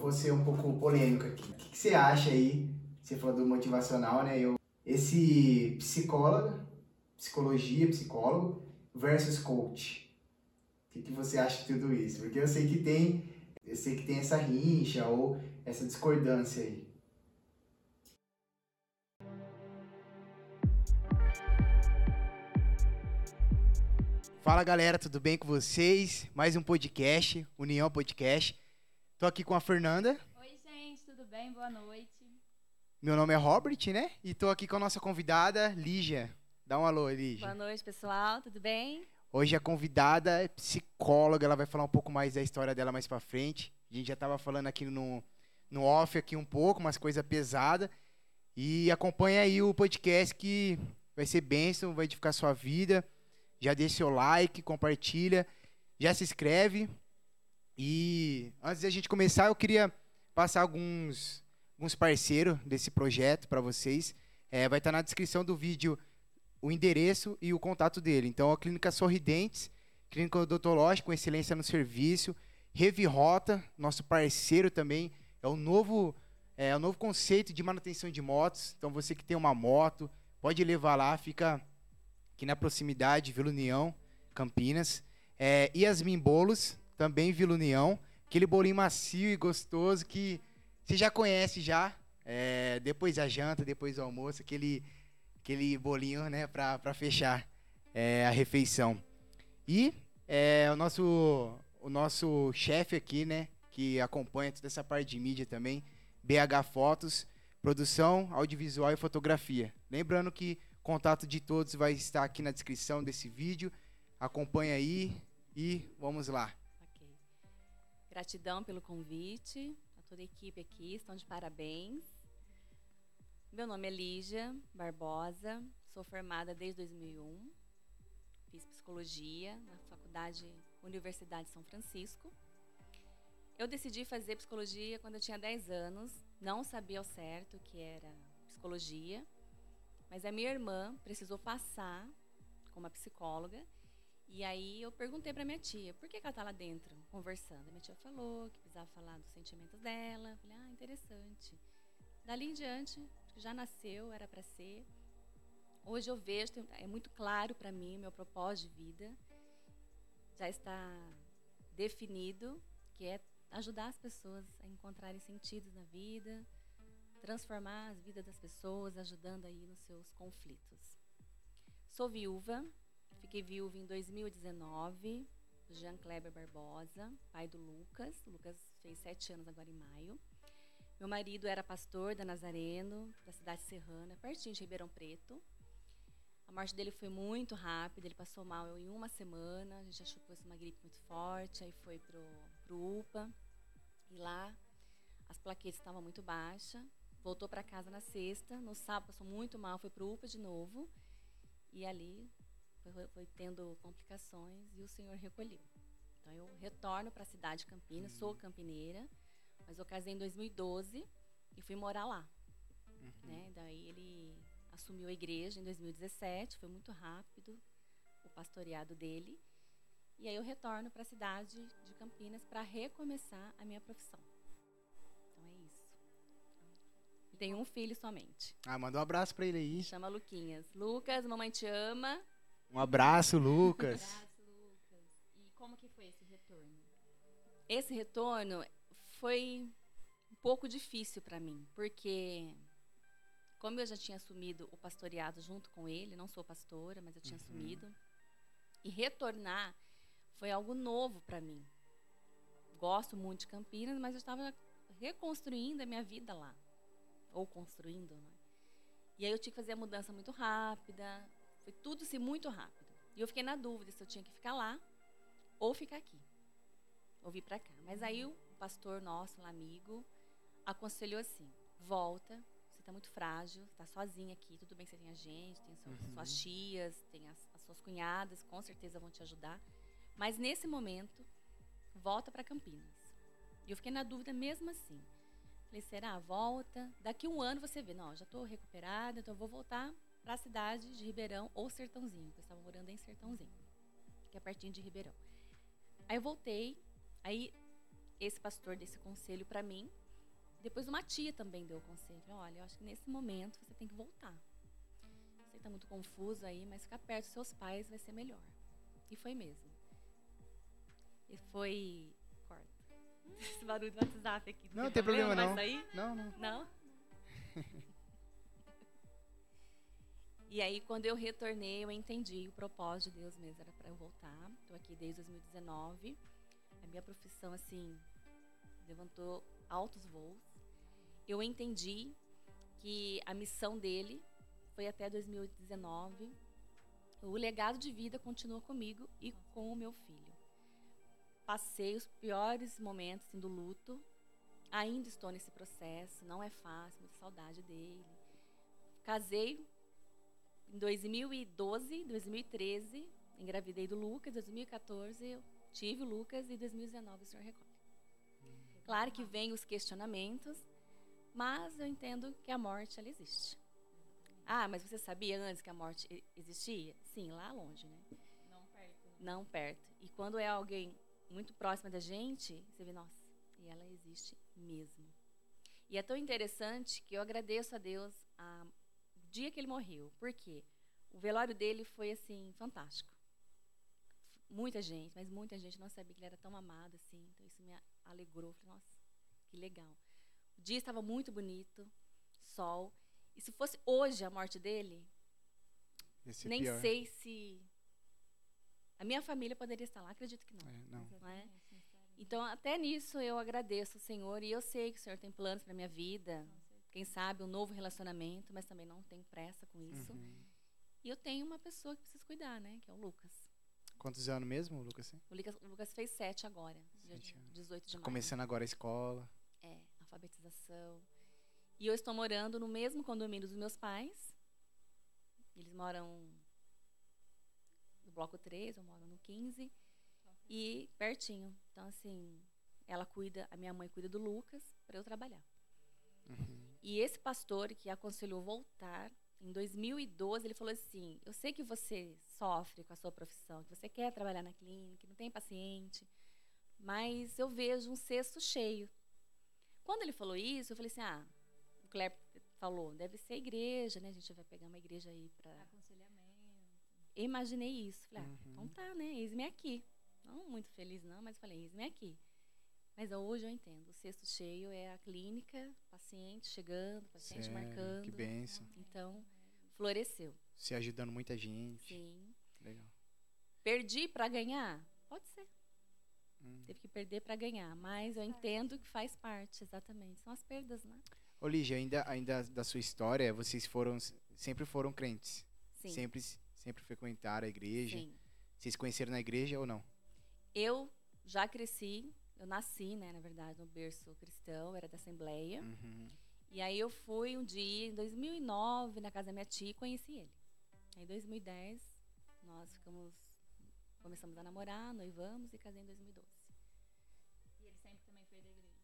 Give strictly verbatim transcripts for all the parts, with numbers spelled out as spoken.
vou ser um pouco polêmico aqui. O que, que você acha aí? Você falou do motivacional, né? Eu, esse psicólogo, psicologia, psicólogo versus coach. O que, que você acha de tudo isso? Porque eu sei que tem, eu sei que tem essa rincha ou essa discordância aí. Fala galera, tudo bem com vocês? Mais um podcast, União Podcast. Tô aqui com a Fernanda. Oi gente, tudo bem? Boa noite. Meu nome é Robert, né? E tô aqui com a nossa convidada, Lígia. Dá um alô, Lígia. Boa noite, pessoal, tudo bem? Hoje a convidada é psicóloga, ela vai falar um pouco mais da história dela mais pra frente. A gente já tava falando aqui no, no off aqui um pouco, umas coisas pesadas. E acompanha aí o podcast que vai ser bênção, vai edificar sua vida. Já deixa seu like, compartilha, já se inscreve. E antes da gente começar, eu queria passar alguns, alguns parceiros desse projeto para vocês. É, vai estar na descrição do vídeo o endereço e o contato dele. Então, a Clínica Sorridentes, clínica odontológica com excelência no serviço. Revirota, nosso parceiro também, é o novo, é, o novo conceito de manutenção de motos. Então, você que tem uma moto, pode levar lá, fica aqui na proximidade, Vila União, Campinas. É, Yasmin Bolos, também Vila União. Aquele bolinho macio e gostoso que você já conhece já. É, depois da janta, depois do almoço, aquele, aquele bolinho, né, para para fechar é, a refeição. E é, o nosso, o nosso chefe aqui, né, que acompanha toda essa parte de mídia também, B H Fotos, produção, audiovisual e fotografia. Lembrando que o contato de todos vai estar aqui na descrição desse vídeo. Acompanha aí e vamos lá. Ok. Gratidão pelo convite. A toda a equipe aqui, estão de parabéns. Meu nome é Lígia Barbosa, sou formada desde dois mil e um. Fiz psicologia na Faculdade Universidade de São Francisco. Eu decidi fazer psicologia quando eu tinha dez anos. Não sabia ao certo o que era psicologia. Mas a minha irmã precisou passar com uma psicóloga. E aí eu perguntei para minha tia, por que, que ela está lá dentro, conversando? A minha tia falou que precisava falar dos sentimentos dela. Eu falei, ah, interessante. Dali em diante, já nasceu, era para ser. Hoje eu vejo, é muito claro para mim o meu propósito de vida. Já está definido, que é ajudar as pessoas a encontrarem sentidos na vida, transformar as vidas das pessoas, ajudando aí nos seus conflitos. Sou viúva, fiquei viúva em dois mil e dezenove, do Jean Kleber Barbosa, pai do Lucas. O Lucas fez sete anos agora em maio. Meu marido era pastor da Nazareno, da cidade serrana, pertinho de Ribeirão Preto. A morte dele foi muito rápida, ele passou mal em uma semana, a gente achou que fosse uma gripe muito forte, aí foi pro, pro U P A, e lá as plaquetas estavam muito baixas. Voltou para casa na sexta, no sábado passou muito mal, foi para o U P A de novo. E ali foi, foi tendo complicações e o Senhor recolheu. Então eu retorno para a cidade de Campinas, sou campineira, mas eu casei em dois mil e doze e fui morar lá. Uhum. Né? Daí ele assumiu a igreja em dois mil e dezessete, foi muito rápido o pastoreado dele. E aí eu retorno para a cidade de Campinas para recomeçar a minha profissão. Tem um filho somente. Ah, manda um abraço pra ele aí. Chama Luquinhas. Lucas, mamãe te ama. Um abraço, Lucas. Um abraço, Lucas. E como que foi esse retorno? Esse retorno foi um pouco difícil para mim, porque como eu já tinha assumido o pastoreado junto com ele, não sou pastora, mas eu tinha uhum. assumido, e retornar foi algo novo para mim. Gosto muito de Campinas, mas eu estava reconstruindo a minha vida lá. Ou construindo, né? E aí eu tinha que fazer a mudança muito rápida, foi tudo assim muito rápido. E eu fiquei na dúvida se eu tinha que ficar lá ou ficar aqui, ou vir para cá. Mas aí o pastor nosso, um amigo, aconselhou assim, volta, você está muito frágil, está sozinha aqui, tudo bem que você tem a gente, tem suas, uhum. suas tias, tem as, as suas cunhadas, com certeza vão te ajudar. Mas nesse momento, volta para Campinas. E eu fiquei na dúvida mesmo assim. Falei, será? Volta. Daqui um ano você vê. Não, já estou recuperada, então eu vou voltar para a cidade de Ribeirão ou Sertãozinho, porque eu estava morando em Sertãozinho, que é pertinho de Ribeirão. Aí eu voltei. Aí esse pastor desse conselho para mim. Depois uma tia também deu o conselho. Falei, olha, eu acho que nesse momento você tem que voltar. Você está muito confuso aí, mas ficar perto dos seus pais vai ser melhor. E foi mesmo. E foi... Corta. Esse barulho do WhatsApp aqui. Não, não tem problema, não. não. Vai sair? Não, não. Não? E aí, quando eu retornei, eu entendi o propósito de Deus mesmo. Era para eu voltar. Estou aqui desde dois mil e dezenove. A minha profissão, assim, levantou altos voos. Eu entendi que a missão dele foi até dois mil e dezenove. O legado de vida continua comigo e com o meu filho. Passei os piores momentos assim, do luto. Ainda estou nesse processo. Não é fácil, muita saudade dele. Casei em dois mil e doze, dois mil e treze. Engravidei do Lucas. Em dois mil e quatorze eu tive o Lucas e em dois mil e dezenove o senhor recolhe. Claro que vem os questionamentos, mas eu entendo que a morte, ela existe. Ah, mas você sabia antes que a morte existia? Sim, lá longe, né? Não perto. Né? Não perto. E quando é alguém muito próximo da gente, você vê, nossa, e ela existe mesmo. E é tão interessante que eu agradeço a Deus a, o dia que ele morreu. Por quê? O velório dele foi, assim, fantástico. Muita gente, mas muita gente não sabia que ele era tão amado, assim. Então, isso me alegrou. Falei, nossa, que legal. O dia estava muito bonito, sol. E se fosse hoje a morte dele, nem pior. sei se a minha família poderia estar lá. Acredito que não. É, não. Não é? Então, até nisso eu agradeço ao Senhor. E eu sei que o Senhor tem planos para a minha vida. Quem sabe um novo relacionamento, mas também não tenho pressa com isso. Uhum. E eu tenho uma pessoa que preciso cuidar, né? Que é o Lucas. Quantos anos mesmo, Lucas? O Lucas, o Lucas fez sete agora, Sete dia anos. dezoito de maio. Começando agora a escola. É, alfabetização. E eu estou morando no mesmo condomínio dos meus pais. Eles moram no bloco três, eu moro no quinze. E pertinho. Então, assim, ela cuida, a minha mãe cuida do Lucas para eu trabalhar. Uhum. E esse pastor que aconselhou voltar, em dois mil e doze, ele falou assim, eu sei que você sofre com a sua profissão, que você quer trabalhar na clínica, que não tem paciente, mas eu vejo um cesto cheio. Quando ele falou isso, eu falei assim, ah, o Cleber falou, deve ser a igreja, né? A gente vai pegar uma igreja aí para... Aconselhamento. Eu imaginei isso. Falei, ah, Uhum. então tá, né? Eis-me aqui. Não muito feliz não, mas falei, eis-me aqui. Mas hoje eu entendo. O cesto cheio é a clínica, paciente chegando, paciente Sério, marcando. que bênção. Então, floresceu. Se ajudando muita gente. Sim. Legal. Perdi para ganhar? Pode ser. Hum. Teve que perder para ganhar. Mas eu entendo que faz parte, exatamente. São as perdas, né? Ô, Lígia, ainda, ainda da sua história, vocês foram, sempre foram crentes? Sim. Sempre, sempre frequentaram a igreja? Sim. Vocês conheceram na igreja ou não? Eu já cresci, eu nasci, né, na verdade, no berço cristão, era da Assembleia. Uhum. E aí eu fui um dia, em dois mil e nove, na casa da minha tia e conheci ele. Aí em dois mil e dez, nós ficamos, começamos a namorar, noivamos e casei em dois mil e doze. E ele sempre também foi da igreja?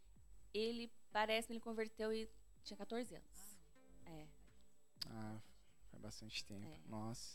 Ele, parece que ele converteu e tinha quatorze anos. É. Ah, faz bastante tempo. É. Nossa.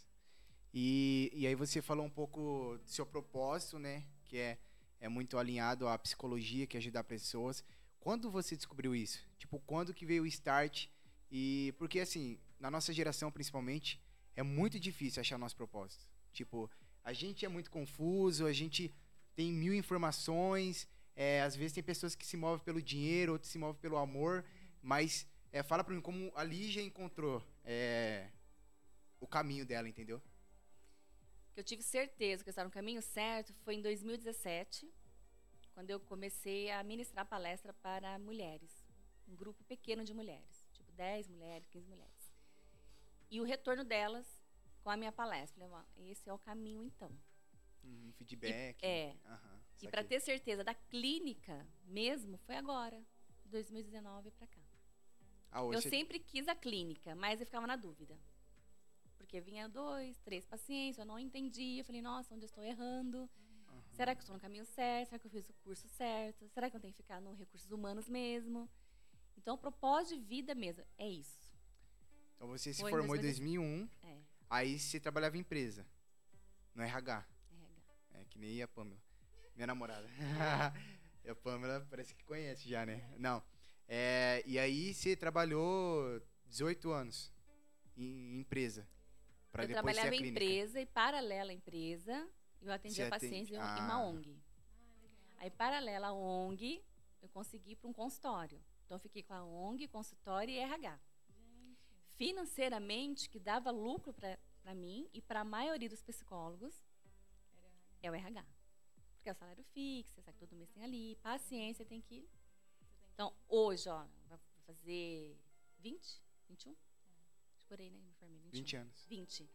E, e aí você falou um pouco do seu propósito, né? Que é, é muito alinhado à psicologia, que é ajudar pessoas. Quando você descobriu isso? Tipo, quando que veio o start? E porque, assim, na nossa geração, principalmente, é muito difícil achar nosso propósito. Tipo, a gente é muito confuso, a gente tem mil informações, é, às vezes tem pessoas que se movem pelo dinheiro, outras se movem pelo amor, mas é, fala pra mim como a Lígia encontrou é, o caminho dela, entendeu? Que eu tive certeza que eu estava no caminho certo foi em dois mil e dezessete, quando eu comecei a ministrar palestra para mulheres. Um grupo pequeno de mulheres, tipo dez mulheres, quinze mulheres. E o retorno delas com a minha palestra. Falei, ó, esse é o caminho então. Um feedback. E, é. Aham, E para ter certeza da clínica mesmo, foi agora, de dois mil e dezenove para cá. Ah, hoje Eu você- sempre quis a clínica, mas eu ficava na dúvida. Porque vinha dois, três pacientes, eu não entendia. Eu falei, nossa, onde eu estou errando? Aham. Será que eu estou no caminho certo? Será que eu fiz o curso certo? Será que eu tenho que ficar no recursos humanos mesmo? Então, o propósito de vida mesmo é isso. Então você se Foi em formou em dois dois mil e um, É, aí você trabalhava em empresa, no R H. R H. É que nem a Pamela, minha namorada. A Pâmela parece que conhece já, né? Não. É, e aí você trabalhou dezoito anos em empresa. Pra Eu depois ter a trabalhava em clínica. empresa e, paralela à empresa, eu atendia Você atende- pacientes em uma, em ah. uma O N G. Aí, paralela à O N G, eu consegui ir para um consultório. Então, eu fiquei com a O N G, consultório e R H. Financeiramente, que dava lucro para mim e para a maioria dos psicólogos, é o R H. Porque é o salário fixo, sabe que todo mês tem ali. Paciência tem que... Então, hoje, ó, vai fazer vinte, vinte e um? Acho por aí, né? Me formei, vinte e um. vinte anos. vinte.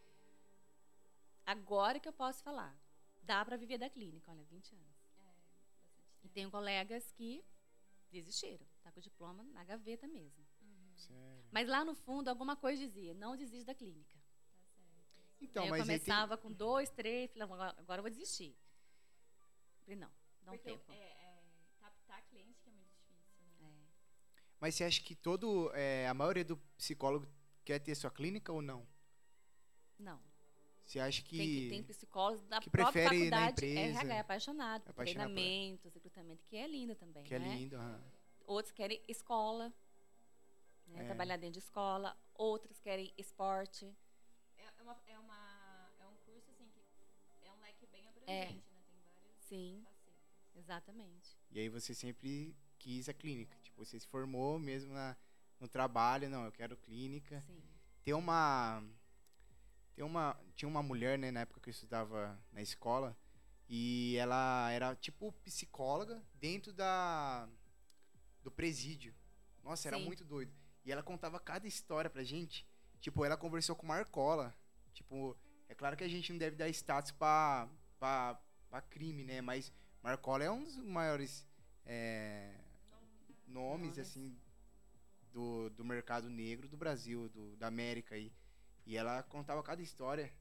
Agora que eu posso falar. Dá para viver da clínica, olha, vinte anos. E tenho colegas que desistiram. Tá com o diploma na gaveta mesmo. Sério. Mas lá no fundo, alguma coisa dizia, não desiste da clínica. Então, Aí eu mas aí tem... começava com dois, três, falei, agora, agora eu vou desistir. Falei, não, dá um Porque tempo. é, é, captar cliente que é muito difícil, né? É. Mas você acha que todo, é, a maioria do psicólogo quer ter sua clínica ou não? Não. Você acha que... Tem, que- tem psicólogos da que própria prefere ir na faculdade, empresa, R H, é apaixonado por apaixonado por- treinamentos, recrutamento, que é lindo também, que é né? lindo? aham. Outros querem escola, né? É. Trabalhar dentro de escola. Outros querem esporte. É, é, uma, é, uma, é um curso, assim, que é um leque bem abrangente, né? Tem várias Sim, facetas. exatamente. E aí você sempre quis a clínica. Tipo, você se formou mesmo na, no trabalho. Não, eu quero clínica. Sim. Tem uma... Tem uma... Tinha uma mulher, né, na época que eu estudava na escola. E ela era, tipo, psicóloga dentro da... do presídio. Nossa, era Sim. muito doido. E ela contava cada história pra gente. Tipo, ela conversou com Marcola. Tipo, é claro que a gente não deve dar status pra, pra, pra crime, né? Mas Marcola é um dos maiores é, nomes, Nomes. assim, do, do mercado negro do Brasil, do, da América aí. E ela contava cada história.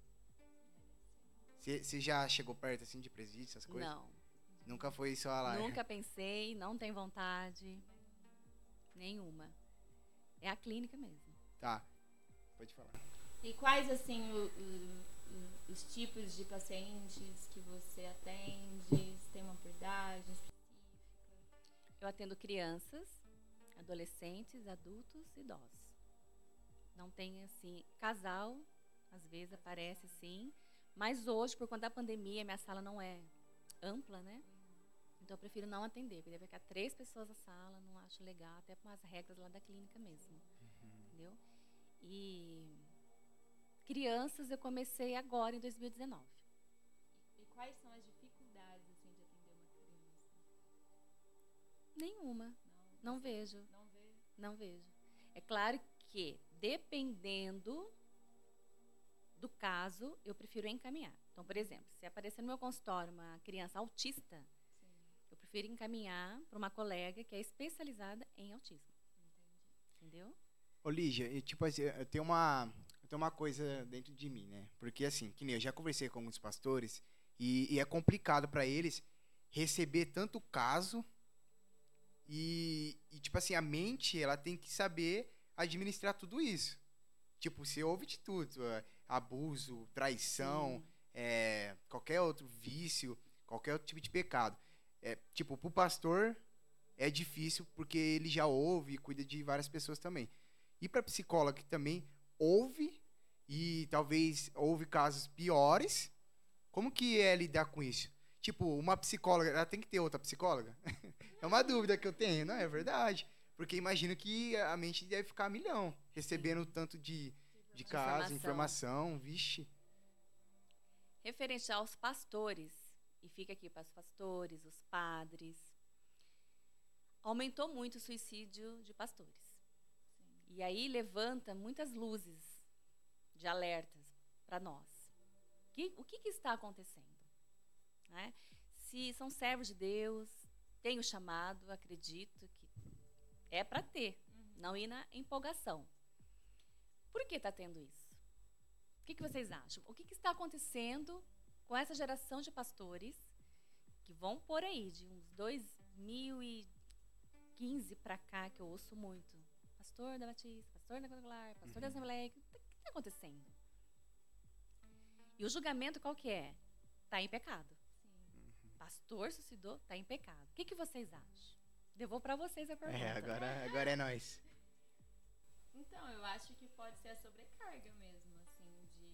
Você já chegou perto, assim, de presídio, essas coisas? Não. Nunca foi só lá. Nunca pensei, não tem vontade. Nenhuma. É a clínica mesmo. Tá. Pode falar. E quais, assim, o- o- o- os tipos de pacientes que você atende? Se tem uma abordagem específica? Eu atendo crianças, adolescentes, adultos e idosos. Não tem, assim, casal, às vezes aparece, sim. Mas hoje, por conta da pandemia, minha sala não é ampla, né? Então eu prefiro não atender, porque deve ficar três pessoas na sala, não acho legal, até com as regras lá da clínica mesmo. Entendeu? E crianças eu comecei agora em dois mil e dezenove. E quais são as dificuldades, assim, de atender uma criança? Nenhuma. Não, Não vejo. não vê? Não vejo. É claro que, dependendo do caso, eu prefiro encaminhar. Então, por exemplo, se aparecer no meu consultório uma criança autista, Sim, eu prefiro encaminhar para uma colega que é especializada em autismo. entendi. Entendeu? Ô, Lígia, e, tipo assim, eu tenho uma, eu tenho uma coisa dentro de mim, né? Porque, assim, que nem eu já conversei com alguns pastores e, e é complicado para eles receber tanto caso e, e, tipo assim, a mente, ela tem que saber administrar tudo isso. Tipo, você ouve de tudo, é, abuso, traição, Sim. é, qualquer outro vício, qualquer outro tipo de pecado. É, tipo, pro pastor é difícil porque ele já ouve e cuida de várias pessoas também. E para psicóloga que também ouve e talvez ouve casos piores, como que é lidar com isso? Tipo, uma psicóloga, ela tem que ter outra psicóloga? É uma dúvida que eu tenho, não é verdade? Porque imagino que a mente deve ficar a milhão, recebendo tanto de, de caso, informação, vixe. Referente aos pastores, e fica aqui para os pastores, os padres, aumentou muito o suicídio de pastores. E aí levanta muitas luzes de alertas para nós. Que, o que, que está acontecendo? Né? Se são servos de Deus, têm o chamado, acredito que é para ter, não ir na empolgação. Por que está tendo isso? O que, que vocês acham? O que, que está acontecendo com essa geração de pastores que vão por aí, de uns dois mil e quinze para cá, que eu ouço muito? Pastor da Batista, pastor da Quadrangular, pastor Uhum. da Assembleia. O que está acontecendo? E o julgamento qual que é? Está em pecado. Sim. Pastor suicidou, tá em pecado. O que, que vocês acham? Devolvo para vocês a pergunta. É, agora, agora é nós. Então, eu acho que pode ser a sobrecarga mesmo, assim, de,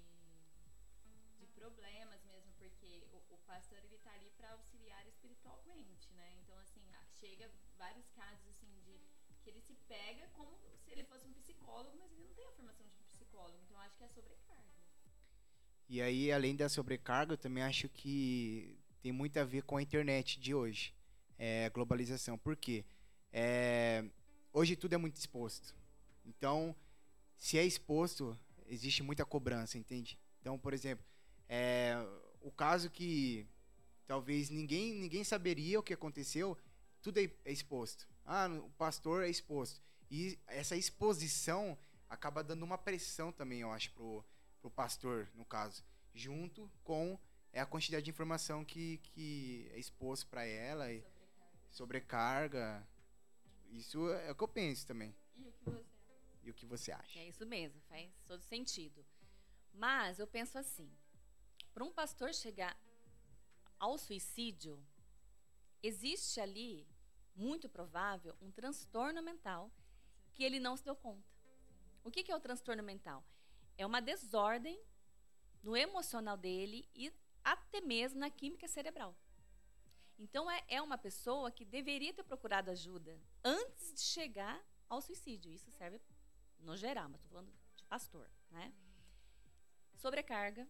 de problemas mesmo, porque o, o pastor, ele tá ali para auxiliar espiritualmente, né? Então, assim, chega vários casos, assim, de que ele se pega como se ele fosse um psicólogo, mas ele não tem a formação de um psicólogo, então eu acho que é a sobrecarga. E aí, além da sobrecarga, eu também acho que tem muito a ver com a internet de hoje. É, a globalização. Por quê? É, hoje tudo é muito exposto. Então, se é exposto, existe muita cobrança, entende? Então, por exemplo, é, o caso que talvez ninguém, ninguém saberia o que aconteceu, tudo é é exposto. Ah, o pastor é exposto. E essa exposição acaba dando uma pressão também, eu acho, pro, pro pastor, no caso, junto com é, a quantidade de informação que, que é exposto para ela, e sobrecarga. Isso é o que eu penso também. E o que você acha? E o que você acha? É isso mesmo, faz todo sentido. Mas eu penso assim, para um pastor chegar ao suicídio, existe ali, muito provável, um transtorno mental que ele não se deu conta. O que que é o transtorno mental? É uma desordem no emocional dele e até mesmo na química cerebral. Então, é, é uma pessoa que deveria ter procurado ajuda antes de chegar ao suicídio. Isso serve no geral, mas estou falando de pastor, né? Sobrecarga.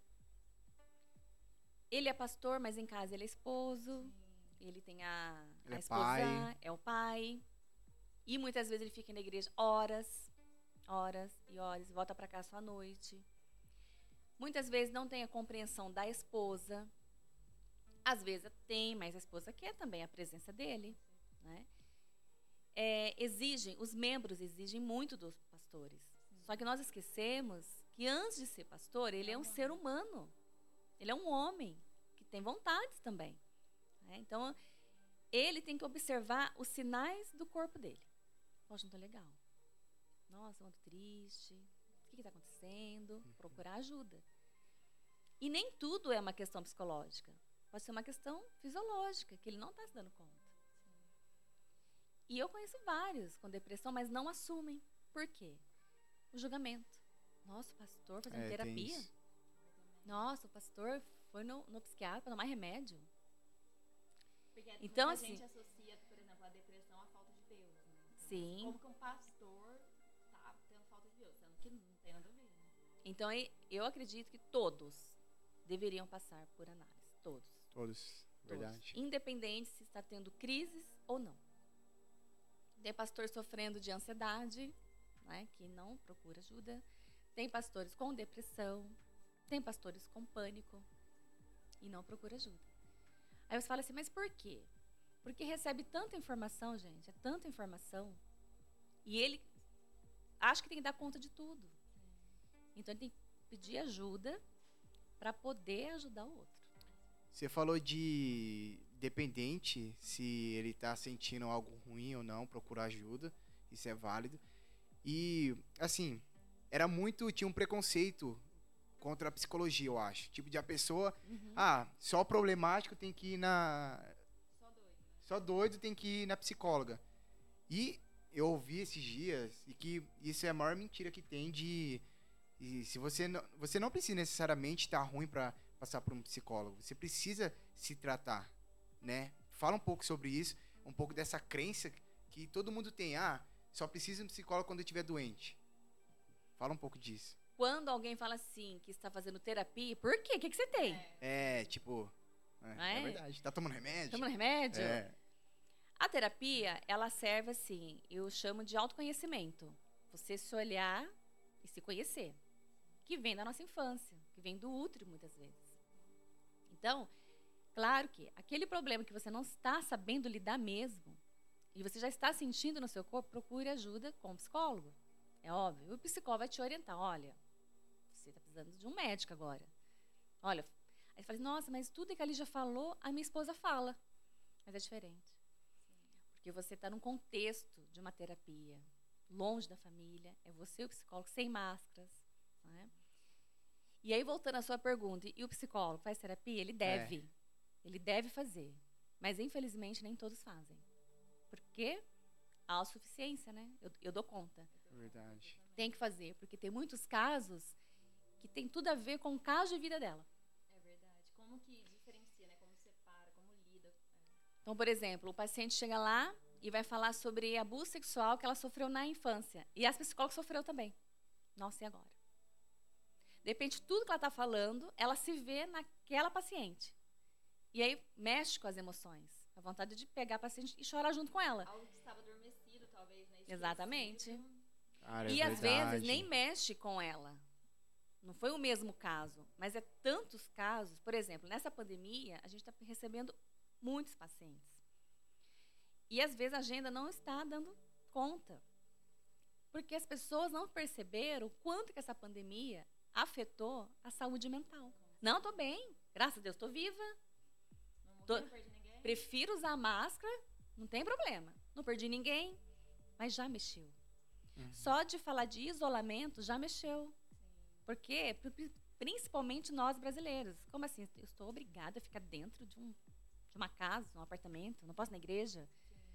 Ele é pastor, mas em casa ele é esposo. Sim. Ele tem a, Ele a é esposa, pai. é o pai. E muitas vezes ele fica na igreja horas, horas e horas, volta para casa só à noite. Muitas vezes não tem a compreensão da esposa. Às vezes tem, mas a esposa quer também a presença dele, né? É, exigem, os membros exigem muito dos pastores. Só que nós esquecemos que antes de ser pastor, ele é um ser humano. Ele é um homem que tem vontades também, né? Então, ele tem que observar os sinais do corpo dele. Poxa, não tô legal. Nossa, eu ando triste. O que está acontecendo? Procurar ajuda. E nem tudo é uma questão psicológica. Pode ser uma questão fisiológica, que ele não está se dando conta. E eu conheço vários com depressão, mas não assumem. Por quê? O julgamento. Nossa, o pastor fazendo É, tem terapia? isso. Nossa, o pastor foi no, no psiquiatra para tomar remédio. Porque Então, muita assim- gente associa, por exemplo, a depressão à falta de Deus, né? Sim. Como que um pastor tá tendo falta de Deus, sendo que não tem nada a ver, né? Então, e- eu acredito que todos deveriam passar por análise. Todos. Todos, Todos. verdade. Independente se está tendo crises ou não. Tem pastor sofrendo de ansiedade, né, que não procura ajuda. Tem pastores com depressão. Tem pastores com pânico e não procura ajuda. Aí você fala assim, mas por quê? Porque recebe tanta informação, gente, é tanta informação, e ele acha que tem que dar conta de tudo. Então ele tem que pedir ajuda para poder ajudar o outro. Você falou de dependente, se ele tá sentindo algo ruim ou não, procurar ajuda, isso é válido. E, assim, era muito, tinha um preconceito contra a psicologia, eu acho. Tipo, de a pessoa, ah, só problemático tem que ir na... Só doido, né? Só doido tem que ir na psicóloga. E eu ouvi esses dias, e que isso é a maior mentira que tem de... E se você não, você não precisa necessariamente estar ruim para passar por um psicólogo. Você precisa se tratar, né? Fala um pouco sobre isso, um pouco dessa crença que todo mundo tem. Ah, só precisa de um psicólogo quando eu estiver doente. Fala um pouco disso. Quando alguém fala assim, que está fazendo terapia, por quê? O que, que você tem? É. É, tipo... É, É? é verdade. Tá tomando remédio? Tomando remédio? É. A terapia, ela serve assim, eu chamo de autoconhecimento. Você se olhar e se conhecer. Que vem da nossa infância, que vem do útero muitas vezes. Então, claro que aquele problema que você não está sabendo lidar mesmo, e você já está sentindo no seu corpo, procure ajuda com um psicólogo. É óbvio. O psicólogo vai te orientar. Olha, você está precisando de um médico agora. Olha, aí você fala assim, nossa, mas tudo que a Lígia falou, a minha esposa fala. Mas é diferente. Porque você está num contexto de uma terapia, longe da família, é você o psicólogo, sem máscaras, né? E aí, voltando à sua pergunta, e o psicólogo faz terapia? Ele deve. Ele deve fazer. Mas, infelizmente, nem todos fazem. Porque a autossuficiência, né? Eu, eu dou conta. Verdade. Tem que fazer, porque tem muitos casos que tem tudo a ver com o caso de vida dela. É verdade. Como que diferencia, né? Como separa, como lida. É. Então, por exemplo, o paciente chega lá e vai falar sobre abuso sexual que ela sofreu na infância. E as psicólogas sofreu também. Nossa, e agora? De repente, tudo que ela está falando, ela se vê naquela paciente. E aí, mexe com as emoções. A vontade de pegar a paciente e chorar junto com ela. Algo que estava adormecido, talvez, né? Exatamente. Cara, é E, às verdade. vezes, nem mexe com ela. Não foi o mesmo caso, mas é tantos casos. Por exemplo, nessa pandemia, a gente está recebendo muitos pacientes. E, às vezes, a agenda não está dando conta. Porque as pessoas não perceberam o quanto que essa pandemia afetou a saúde mental. Não, estou bem. Graças a Deus, estou viva. Não morri, Tô- não perdi ninguém. Prefiro usar máscara, não tem problema. Não perdi ninguém, mas já mexeu. Uhum. Só de falar de isolamento já mexeu. Por quê? Pri- pri- Principalmente nós brasileiros. Como assim? Eu estou obrigada a ficar dentro de, um, de uma casa, de um apartamento, não posso ir na igreja?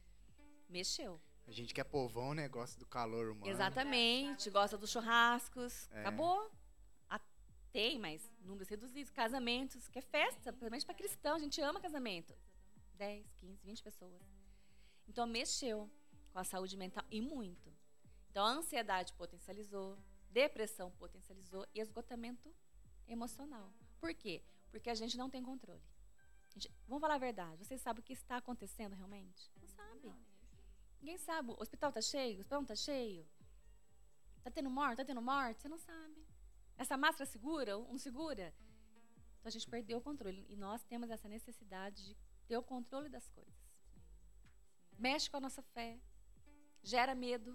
Mexeu. A gente que é povão, né? Gosta do calor humano. Exatamente. Gosta dos churrascos. É. Acabou. A- Tem, mas números reduzidos. Casamentos, que é festa, principalmente para cristão. A gente ama casamento. dez, quinze, vinte pessoas. Então, mexeu com a saúde mental e muito. Então, a ansiedade potencializou, depressão potencializou e esgotamento emocional. Por quê? Porque a gente não tem controle. A gente- vamos falar a verdade. Vocês sabem o que está acontecendo realmente? Não sabe. Não, ninguém sabe. Ninguém sabe. O hospital tá cheio? O hospital não tá cheio? Tá tendo morte? Tá tendo morte? Você não sabe. Essa máscara segura ou não segura? Então, a gente perdeu o controle. E nós temos essa necessidade de ter o controle das coisas. Mexe com a nossa fé. Gera medo.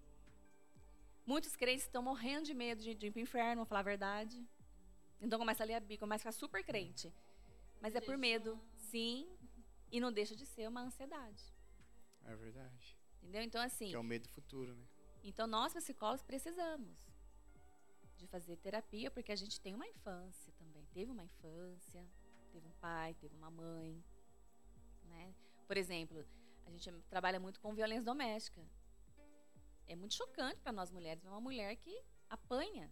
Muitos crentes estão morrendo de medo de, de ir para o inferno, vou falar a verdade. Então começa a ler a Bíblia, começa a ficar super crente. Mas é por medo, sim, e não deixa de ser uma ansiedade. É verdade. Entendeu? Então, assim, Que é o medo do futuro, né? então nós psicólogos precisamos de fazer terapia, porque a gente tem uma infância também. Teve uma infância, teve um pai, teve uma mãe, né? Por exemplo, a gente trabalha muito com violência doméstica. É muito chocante para nós mulheres ver uma mulher que apanha.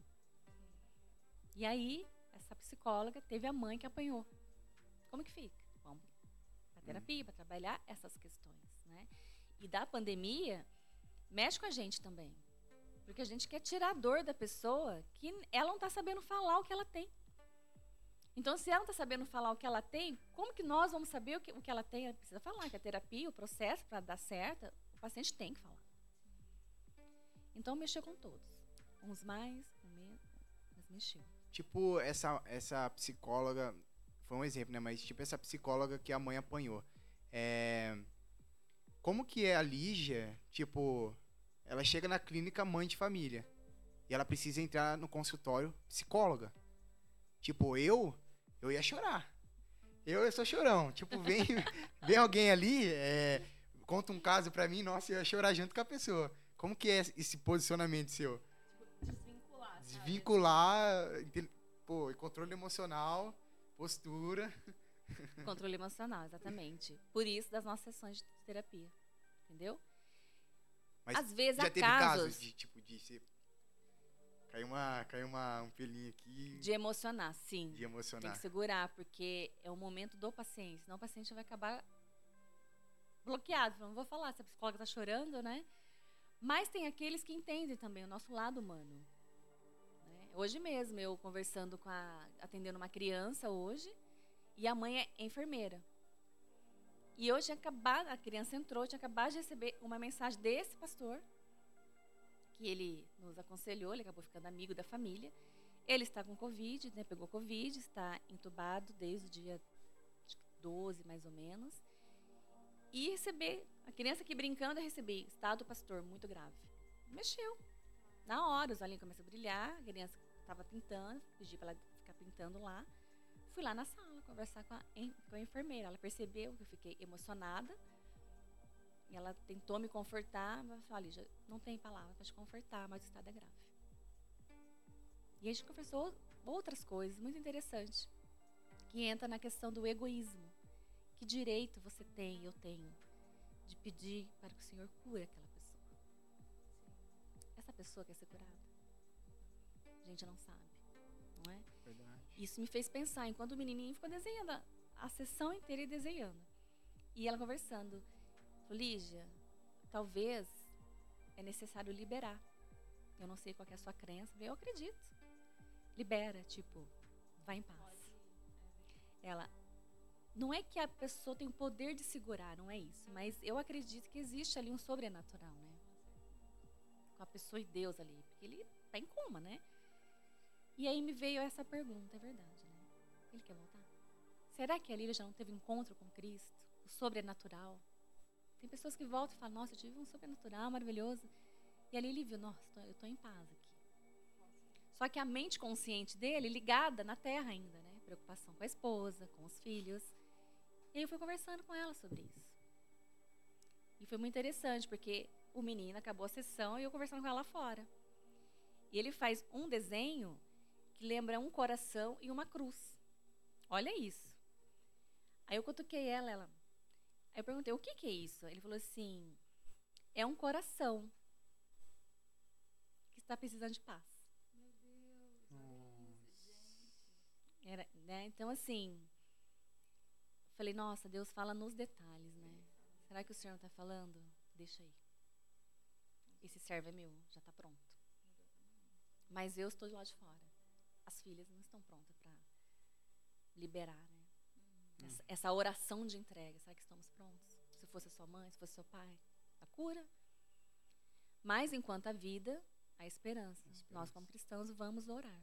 E aí, essa psicóloga teve a mãe que apanhou. Como que fica? Vamos para terapia, para trabalhar essas questões, né? E da pandemia, mexe com a gente também. Porque a gente quer tirar a dor da pessoa que ela não está sabendo falar o que ela tem. Então, se ela não está sabendo falar o que ela tem, como que nós vamos saber o que, o que ela tem? Ela precisa falar, que a terapia, o processo para dar certo, o paciente tem que falar. Então, mexeu com todos. Uns mais, uns menos, mas mexeu. Tipo, essa, essa psicóloga... Foi um exemplo, né? Mas tipo, essa psicóloga que a mãe apanhou. É... Como que é a Lígia? Tipo, ela chega na clínica mãe de família. E ela precisa entrar no consultório psicóloga. Tipo, eu... Eu ia chorar. Eu, eu sou chorão. Tipo, vem, vem alguém ali, é, conta um caso pra mim, nossa, eu ia chorar junto com a pessoa. Como que é esse posicionamento seu? Desvincular, sabe? Desvincular, inte- pô, controle emocional, postura. Controle emocional, exatamente. Por isso, das nossas sessões de terapia. Entendeu? Mas Às vezes já há teve casos casos de, tipo, de ser... Caiu, uma, caiu uma, um pelinho aqui de emocionar, sim. de Tem emocionar. que segurar, porque é o momento do paciente. Senão o paciente vai acabar bloqueado. Não vou falar se a psicóloga está chorando, né? Mas tem aqueles que entendem também o nosso lado humano. Né? Hoje mesmo, eu conversando com a... atendendo uma criança hoje, e a mãe é enfermeira. E eu tinha acabado, a criança entrou, eu tinha acabado de receber uma mensagem desse pastor, que ele nos aconselhou, ele acabou ficando amigo da família. Ele está com Covid, né, pegou Covid, está entubado desde o dia acho que doze, mais ou menos. E receber, a criança aqui brincando, eu recebi, estado do pastor, muito grave. Mexeu. Na hora, os olhinhos começam a brilhar, a criança estava pintando, pedi para ela ficar pintando lá. Fui lá na sala conversar com a, en- com a enfermeira. Ela percebeu que eu fiquei emocionada. E ela tentou me confortar, mas eu falei, Lígia, não tem palavra para te confortar, mas o estado é grave. E a gente conversou outras coisas muito interessantes, que entra na questão do egoísmo, Que direito você tem, eu tenho, de pedir para que o Senhor cure aquela pessoa? Essa pessoa quer ser curada? A gente não sabe, não é? Verdade. Isso me fez pensar, enquanto o menininho ficou desenhando a, a sessão inteira e desenhando. E ela conversando. Falou, Lígia, talvez é necessário liberar. Eu não sei qual que é a sua crença, eu acredito. Libera, tipo, vai em paz. Ela, não é que a pessoa tem o poder de segurar, não é isso. Mas eu acredito que existe ali um sobrenatural, né? Com a pessoa e Deus ali. Porque ele tá em coma, né? E aí me veio essa pergunta, é verdade, né? Ele quer voltar? Será que a Lília já não teve encontro com Cristo? O sobrenatural? Tem pessoas que voltam e falam, nossa, eu tive um sobrenatural maravilhoso. E ali ele viu, nossa, eu estou em paz aqui. Só que a mente consciente dele, ligada na terra ainda, né? Preocupação com a esposa, com os filhos. E aí eu fui conversando com ela sobre isso. E foi muito interessante, porque o menino acabou a sessão e eu conversando com ela lá fora. E ele faz um desenho que lembra um coração e uma cruz. Olha isso. Aí eu cutuquei ela, ela... Aí eu perguntei, o que, que é isso? Ele falou assim, é um coração que está precisando de paz. Meu Deus, olha isso, gente. Era, né? Então, assim, falei, nossa, Deus fala nos detalhes, né? Será que o Senhor não está falando? Deixa aí. Esse servo é meu, já está pronto. Mas eu estou do lado de fora. As filhas não estão prontas para liberar, né? Hum. Essa, essa oração de entrega. Será que estamos prontos? Se fosse a sua mãe, se fosse seu pai, a cura. Mas enquanto a vida, a esperança. a esperança. Nós, como cristãos, vamos orar.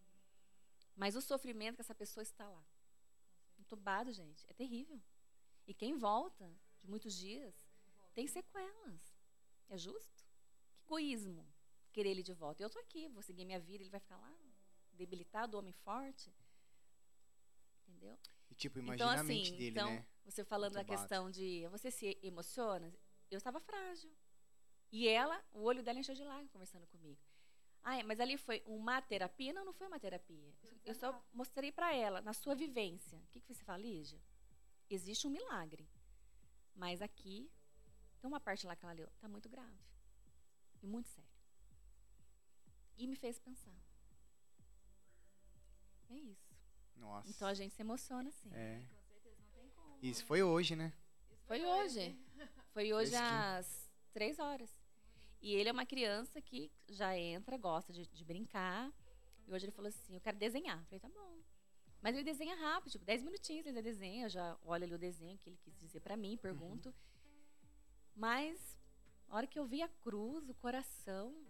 Mas o sofrimento que essa pessoa está lá, entubado, gente, é terrível. E quem volta de muitos dias tem sequelas. É justo? Que egoísmo querer ele de volta. Eu estou aqui, vou seguir minha vida, ele vai ficar lá, debilitado, homem forte. Entendeu? E tipo, imagina então, assim, a mente dele, então, né? Você falando da Entubado. questão de você se emociona, eu estava frágil. E ela, o olho dela encheu de lágrimas conversando comigo. Ah, mas ali foi uma terapia? Não, não foi uma terapia. Eu só mostrei para ela, na sua vivência. O que, que você fala, Lígia? Existe um milagre. Mas aqui, tem uma parte lá que ela leu, está muito grave. E muito sério. E me fez pensar. É isso. Nossa. Então a gente se emociona, sim. É. Com certeza, não tem como. Isso foi hoje, né? Isso Foi hoje. Foi hoje Fresquinho. às três horas. E ele é uma criança que já entra, gosta de, de brincar. E hoje ele falou assim, eu quero desenhar. Eu falei, tá bom. Mas ele desenha rápido, tipo, dez minutinhos ele já desenha. Eu já olho ali o desenho que ele quis dizer pra mim, pergunto. Uhum. Mas, a hora que eu vi a cruz, o coração...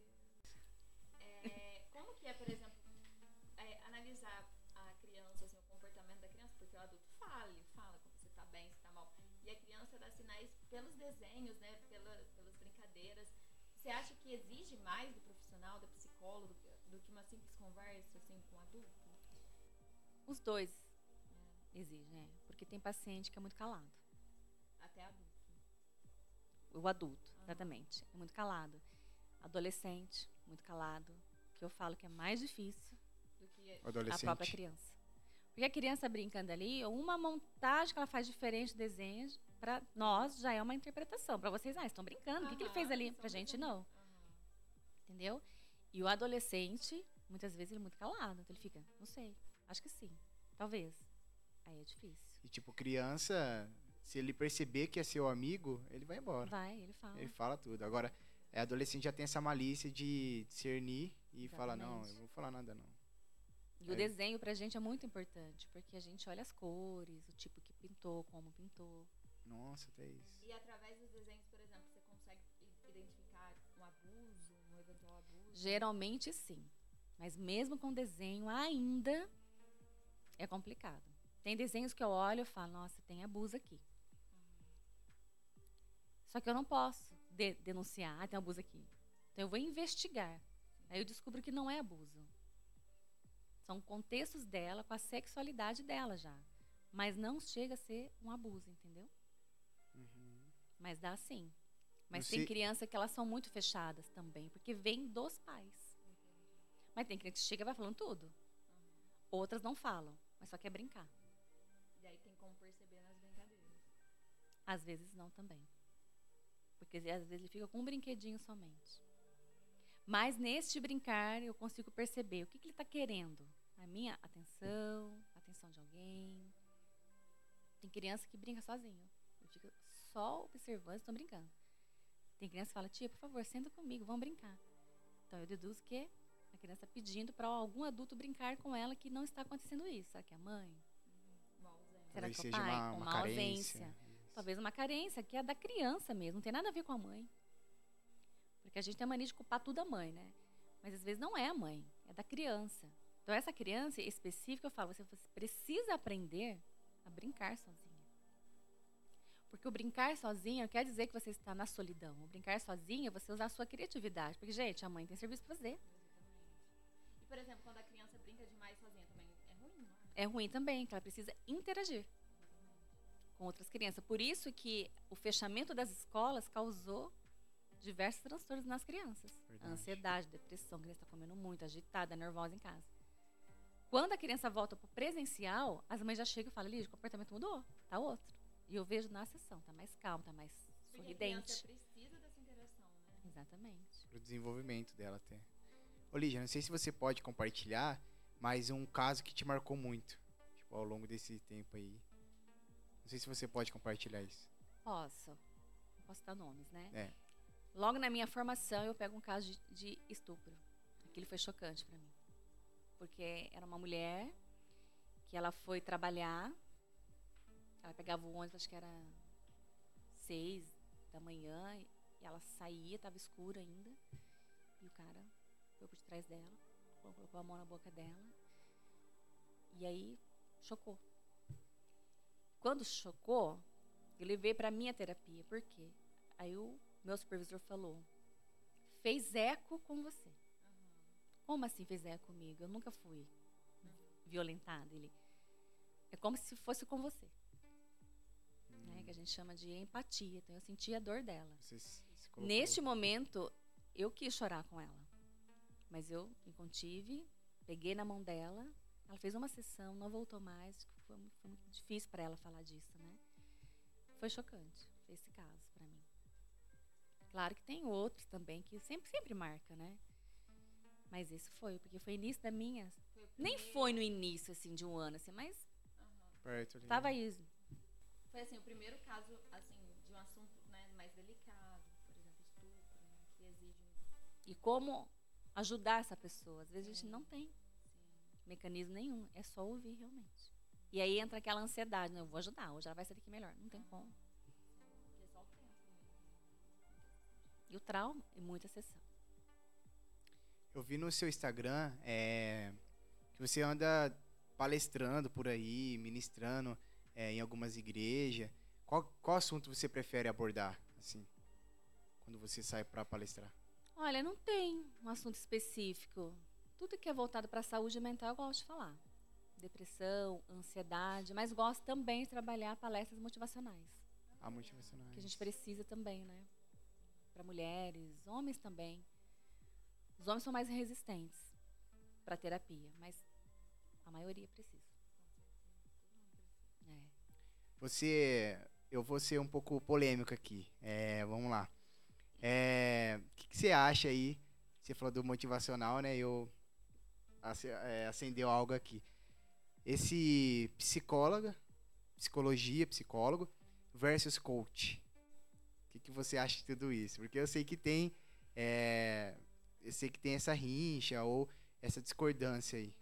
É, como que é, por exemplo, é, analisar a criança, assim, o comportamento da criança? Porque o adulto fala, ele fala como você tá bem, você tá mal. E a criança dá sinais pelos desenhos, né, pela, pelas brincadeiras. Você acha que exige mais do profissional, do psicólogo, do que uma simples conversa, assim, com o adulto? Os dois é. exigem, é. Porque tem paciente que é muito calado. Até adulto. O adulto, uhum. exatamente. É muito calado. Adolescente, muito calado. Que eu falo que é mais difícil do que a própria criança. Porque a criança brincando ali, uma montagem que ela faz diferente de desenhos, para nós já é uma interpretação. Para vocês, ah, estão brincando. Uhum. O que, que ele fez ali? Para a gente, não. Uhum. Entendeu? E o adolescente, muitas vezes, ele é muito calado. Então ele fica, não sei, acho que sim, talvez. Aí é difícil. E tipo, criança, se ele perceber que é seu amigo, ele vai embora. Vai, ele fala. Ele fala tudo. Agora, é, adolescente já tem essa malícia de discernir e falar, não, eu não vou falar nada, não. E é. o desenho pra gente é muito importante, porque a gente olha as cores, o tipo que pintou, como pintou. Nossa, até isso. E através dos desenhos, por exemplo, você consegue identificar um abuso, um eventual abuso? Geralmente sim. Mas mesmo com desenho ainda é complicado. Tem desenhos que eu olho e falo, nossa, tem abuso aqui. Uhum. Só que eu não posso de- denunciar, ah, tem abuso aqui. Então eu vou investigar. Sim. Aí eu descubro que não é abuso. São contextos dela com a sexualidade dela já. Mas não chega a ser um abuso, entendeu? Uhum. Mas dá sim. Mas Você... tem criança que elas são muito fechadas também, porque vem dos pais. Uhum. Mas tem criança que chega e vai falando tudo. Uhum. Outras não falam, mas só quer brincar. E aí tem como perceber nas brincadeiras. Às vezes não também. Porque às vezes ele fica com um brinquedinho somente. Mas neste brincar eu consigo perceber o que, que ele está querendo. A minha atenção, a atenção de alguém. Tem criança que brinca sozinho. Eu fico só observando, estão brincando. Tem criança que fala, tia, por favor, senta comigo, vamos brincar. Então eu deduzo que a criança está pedindo para algum adulto brincar com ela que não está acontecendo isso. Será que é a mãe? Uma ausência. Será Talvez que é o seja pai? uma, Uma, uma carência. ausência. Talvez uma carência, que é da criança mesmo. Não tem nada a ver com a mãe. Porque a gente tem a mania de culpar tudo a mãe, né? Mas às vezes não é a mãe, é da criança. Então essa criança específica, eu falo, você precisa aprender a brincar sozinha. Porque o brincar sozinha não quer dizer que você está na solidão. O brincar sozinha é você usar a sua criatividade. Porque, gente, a mãe tem serviço para fazer. E, por exemplo, quando a criança brinca demais sozinha também, é ruim, não é? É ruim também, que ela precisa interagir com outras crianças. Por isso que o fechamento das escolas causou diversos transtornos nas crianças. Verdade. Ansiedade, depressão, a criança está comendo muito, agitada, nervosa em casa. Quando a criança volta para o presencial, as mães já chegam e falam, Lígia, o comportamento mudou, tá outro. E eu vejo na sessão, tá mais calmo, tá mais Porque sorridente. a criança precisa dessa interação, né? Exatamente. Pro desenvolvimento dela até. Ô, Lígia, não sei se você pode compartilhar, mas um caso que te marcou muito, tipo, ao longo desse tempo aí. Não sei se você pode compartilhar isso. Posso. Não posso dar nomes, né? É. Logo na minha formação, eu pego um caso de, de estupro. Aquilo foi chocante para mim. Porque era uma mulher que ela foi trabalhar. Ela pegava o ônibus, acho que era seis da manhã. E ela saía, estava escuro ainda. E o cara foi por trás dela, colocou a mão na boca dela. E aí, chocou. Quando chocou, eu levei para minha terapia. Por quê? Aí o meu supervisor falou, fez eco com você. Uhum. Como assim fez eco comigo? Eu nunca fui violentada. Ele, é como se fosse com você. Hum. Né? Que a gente chama de empatia. Então eu senti a dor dela. Você se se colocou- Neste momento, eu quis chorar com ela. Mas eu me contive, peguei na mão dela. Ela fez uma sessão, não voltou mais. Foi, mu- foi muito difícil para ela falar disso, né? Foi chocante esse caso para mim. Claro que tem outros também que sempre, sempre marca, né? Mas esse foi, porque foi início da minha... Foi o Nem primeiro- foi no início, assim, de um ano, assim, mas Aham. Perto ali. tava aí. Foi assim, o primeiro caso, assim, de um assunto, né, mais delicado, por exemplo, estupro, né, que exige um... E como ajudar essa pessoa? Às vezes a gente não tem Sim. mecanismo nenhum, é só ouvir realmente. E aí entra aquela ansiedade, né? Eu vou ajudar, hoje ela vai sair daqui melhor. Não tem como. Porque é só o tempo mesmo. E o trauma e muita sessão. Eu vi no seu Instagram é, que você anda palestrando por aí, ministrando é, em algumas igrejas. Qual, qual assunto você prefere abordar, assim, quando você sai para palestrar? Olha, não tem um assunto específico. Tudo que é voltado para a saúde mental eu gosto de falar. Depressão, ansiedade, mas gosto também de trabalhar palestras motivacionais. A motivacional. Que a gente precisa também, né? Para mulheres, homens também. Os homens são mais resistentes para terapia, mas a maioria precisa. É. Você, eu vou ser um pouco polêmico aqui. É, vamos lá. É, o que, que você acha aí? Você falou do motivacional, né? Eu ace- é, acendeu algo aqui. Esse psicóloga, psicologia, psicólogo versus coach. O que, que você acha de tudo isso? Porque eu sei que tem, é, eu sei que tem essa rincha ou essa discordância aí.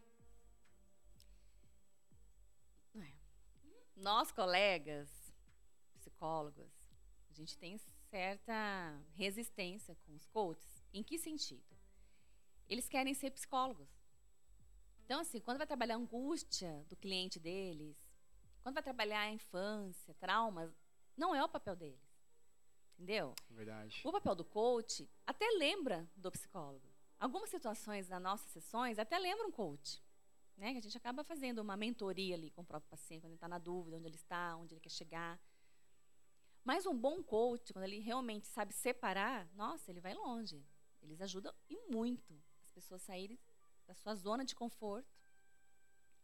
Nós, colegas, psicólogos, a gente tem certa resistência com os coaches. Em que sentido? Eles querem ser psicólogos. Então, assim, quando vai trabalhar a angústia do cliente deles, quando vai trabalhar a infância, traumas, não é o papel deles. Entendeu? Verdade. O papel do coach até lembra do psicólogo. Algumas situações nas nossas sessões até lembram um coach. Né? Que a gente acaba fazendo uma mentoria ali com o próprio paciente, quando ele está na dúvida, onde ele está, onde ele quer chegar. Mas um bom coach, quando ele realmente sabe separar, nossa, ele vai longe. Eles ajudam e muito as pessoas a saírem da sua zona de conforto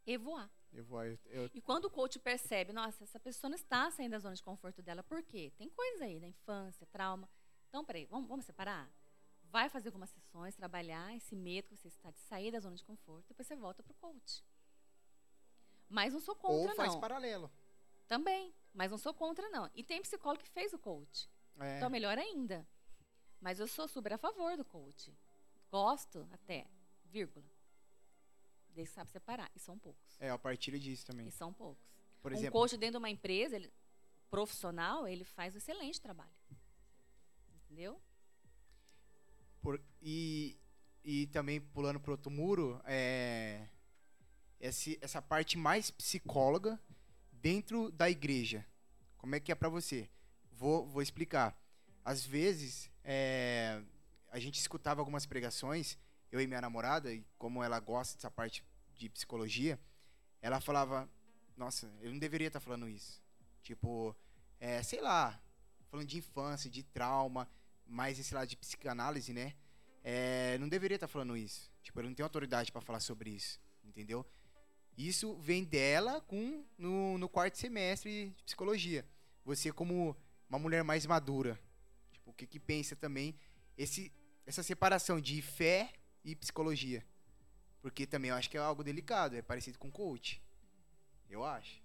e voar. Eu vou, eu, eu- E quando o coach percebe, nossa, essa pessoa não está saindo da zona de conforto dela, por quê? Tem coisa aí da infância, trauma. Então, peraí, vamos, vamos separar? Vai fazer algumas sessões, trabalhar esse medo que você está de sair da zona de conforto, depois você volta pro coach. Mas não sou contra, ou faz não. paralelo. Também, mas não sou contra, não. E tem psicólogo que fez o coach. É, Então, melhor ainda. Mas eu sou super a favor do coach. Gosto até, vírgula. Desde que sabe separar. E são poucos. é, eu partilho disso também. E são poucos. Por Um exemplo, coach dentro de uma empresa, ele, profissional, ele faz um excelente trabalho. Entendeu? por- e, e também pulando pro outro muro, é, esse, essa parte mais psicóloga dentro da igreja. Como é que é pra você? Vou, vou explicar. Às vezes, é, a gente escutava algumas pregações, eu e minha namorada, e como ela gosta dessa parte de psicologia, ela falava, nossa, eu não deveria estar falando isso. Tipo, é, sei lá, falando de infância, de trauma, mais esse lado de psicanálise, né? É, não deveria estar falando isso. Tipo, eu não tenho autoridade para falar sobre isso, entendeu? Isso vem dela com no, no quarto semestre de psicologia. Você como uma mulher mais madura, tipo, o que que pensa também esse, essa separação de fé e psicologia? Porque também eu acho que é algo delicado, é parecido com coach. Eu acho.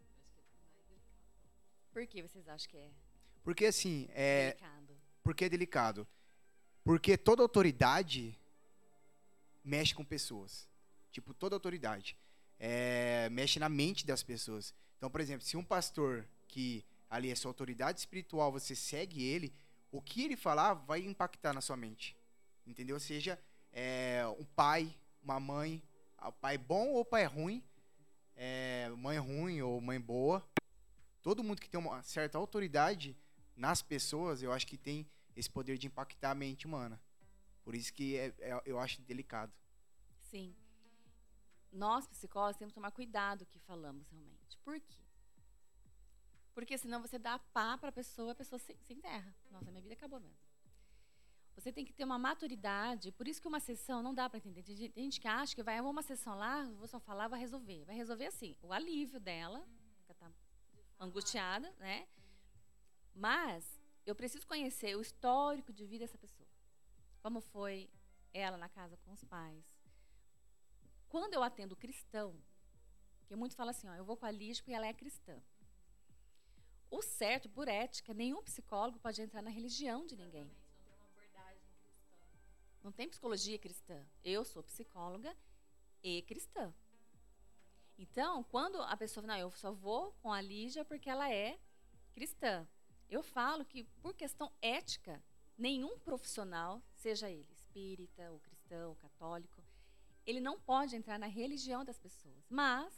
Por que vocês acham que é Porque assim, é, delicado? por que é delicado? Porque toda autoridade mexe com pessoas. Tipo, toda autoridade. É, mexe na mente das pessoas. Então, por exemplo, se um pastor que ali é sua autoridade espiritual, você segue ele, o que ele falar vai impactar na sua mente. Entendeu? Seja é, um pai, uma mãe, ah, pai bom ou pai ruim, é, mãe ruim ou mãe boa. Todo mundo que tem uma certa autoridade nas pessoas, eu acho que tem esse poder de impactar a mente humana. Por isso que é- é- eu acho delicado. Sim. Nós, psicólogos, temos que tomar cuidado com o que falamos realmente. Por quê? Porque senão você dá pá para a pessoa, a pessoa se, se enterra. Nossa, minha vida acabou mesmo. Você tem que ter uma maturidade, por isso que uma sessão não dá para entender. Tem gente- tem gente que acha que vai, eu vou uma sessão lá, vou só falar, vai resolver. Vai resolver assim, o alívio dela, que ela tá angustiada, né? Mas eu preciso conhecer o histórico de vida dessa pessoa. Como foi ela na casa com os pais. Quando eu atendo cristão, que muito fala assim, ó, eu vou com a Lígia porque ela é cristã. O certo, por ética, nenhum psicólogo pode entrar na religião de ninguém. Não tem uma abordagem cristã. Não tem psicologia cristã. Eu sou psicóloga e cristã. Então, quando a pessoa fala, não, eu só vou com a Lígia porque ela é cristã. Eu falo que, por questão ética, nenhum profissional, seja ele espírita, ou cristão, ou católico, ele não pode entrar na religião das pessoas. Mas,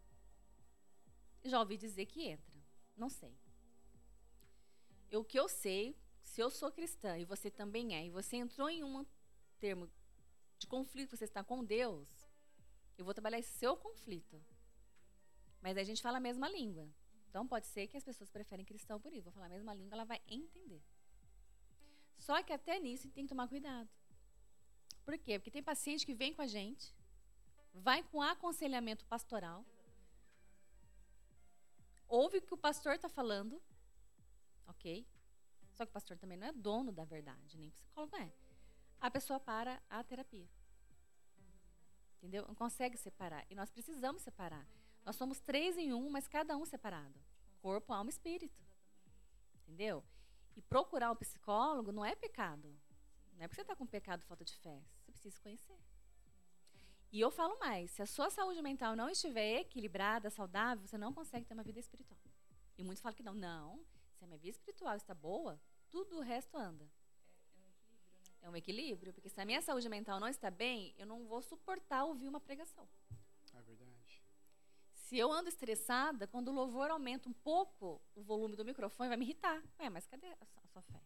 já ouvi dizer que entra. Não sei. Eu, o que eu sei, se eu sou cristã e você também é, e você entrou em um termo de conflito, você está com Deus, eu vou trabalhar esse seu conflito. Mas aí a gente fala a mesma língua. Então pode ser que as pessoas preferem cristão por isso. Vou falar a mesma língua, ela vai entender. Só que até nisso tem que tomar cuidado. Por quê? Porque tem paciente que vem com a gente, vai com aconselhamento pastoral, ouve o que o pastor está falando, ok? Só que o pastor também não é dono da verdade, nem psicólogo é. A pessoa para a terapia. Entendeu? Não consegue separar. E nós precisamos separar. Nós somos três em um, mas cada um separado. Corpo, alma e espírito. Entendeu? E procurar um psicólogo não é pecado. Não é porque você está com pecado, falta de fé. Você precisa se conhecer. E eu falo mais, se a sua saúde mental não estiver equilibrada, saudável, você não consegue ter uma vida espiritual. E muitos falam que não. Não, se a minha vida espiritual está boa, tudo o resto anda. É um equilíbrio, porque se a minha saúde mental não está bem, eu não vou suportar ouvir uma pregação. É verdade. Se eu ando estressada, quando o louvor aumenta um pouco o volume do microfone, vai me irritar. Ué, mas cadê a sua, a sua fé?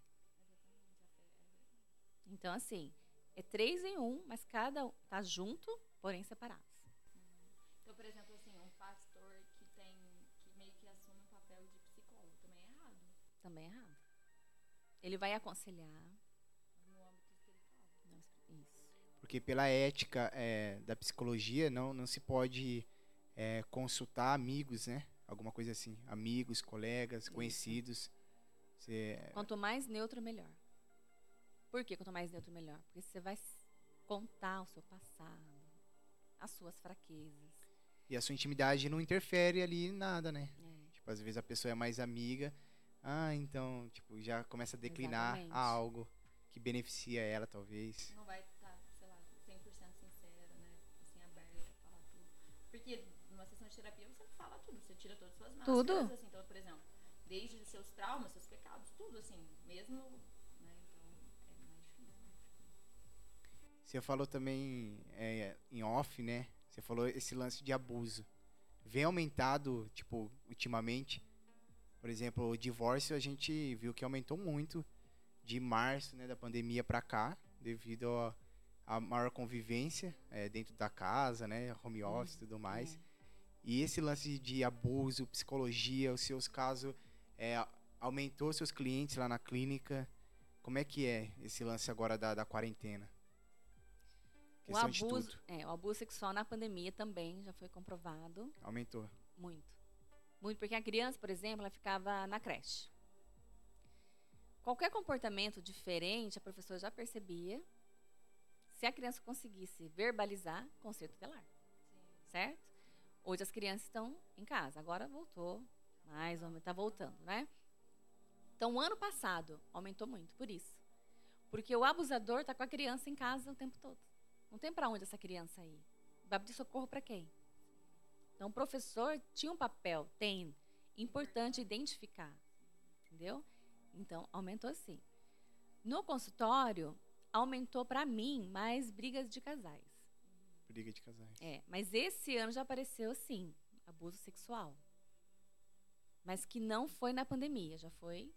Então, assim, é três em um, mas cada um tá junto, porém separados. Então, por exemplo, assim, um pastor que tem, que meio que assume o papel de psicólogo, também é errado Também é errado. Ele vai aconselhar. no âmbito espiritual. Não, isso. Porque pela ética é, da psicologia não, não se pode é, consultar amigos, né? Alguma coisa assim. Amigos, colegas, Isso. conhecidos. Você, Quanto mais neutro, melhor. Por que quanto mais neutro, melhor? Porque você vai s- contar o seu passado, as suas fraquezas. e a sua intimidade não interfere ali em nada, né? É, Tipo, às vezes a pessoa é mais amiga. Ah, então, tipo, já começa a declinar exatamente. a algo que beneficia ela, talvez. Não vai estar, sei lá, cem por cento sincera, né? Assim, aberta, falar tudo. Porque numa sessão de terapia você fala tudo, você tira todas as suas máscaras, Tudo. assim. Então, por exemplo, desde os seus traumas, seus pecados, tudo, assim, mesmo, né? Então, é mais difícil, né? Você falou também é, em off, né? Você falou esse lance de abuso. Vem aumentado, tipo, ultimamente. Por exemplo, o divórcio a gente viu que aumentou muito de março, né, da pandemia pra cá, devido a, a maior convivência é, dentro da casa, né, home office e tudo mais. É. E esse lance de abuso, psicologia, os seus casos, é, aumentou seus clientes lá na clínica. Como é que é esse lance agora da, da quarentena? O Questão de abuso, tudo. é, o abuso sexual na pandemia também já foi comprovado. Aumentou. Muito. Muito, porque a criança, por exemplo, ela ficava na creche. Qualquer comportamento diferente, a professora já percebia. Se a criança conseguisse verbalizar, conserto tutelar. Certo? Hoje as crianças estão em casa. Agora voltou, mais ou menos, está voltando, né? Então, o ano passado aumentou muito por isso. Porque o abusador está com a criança em casa o tempo todo. Não tem para onde essa criança ir. Vai pedir socorro para quem? Então, o professor tinha um papel, tem, importante identificar. Entendeu? Então, aumentou sim. No consultório, aumentou para mim mais brigas de casais. Briga de casais. É, mas esse ano já apareceu sim, abuso sexual. Mas que não foi na pandemia, já foi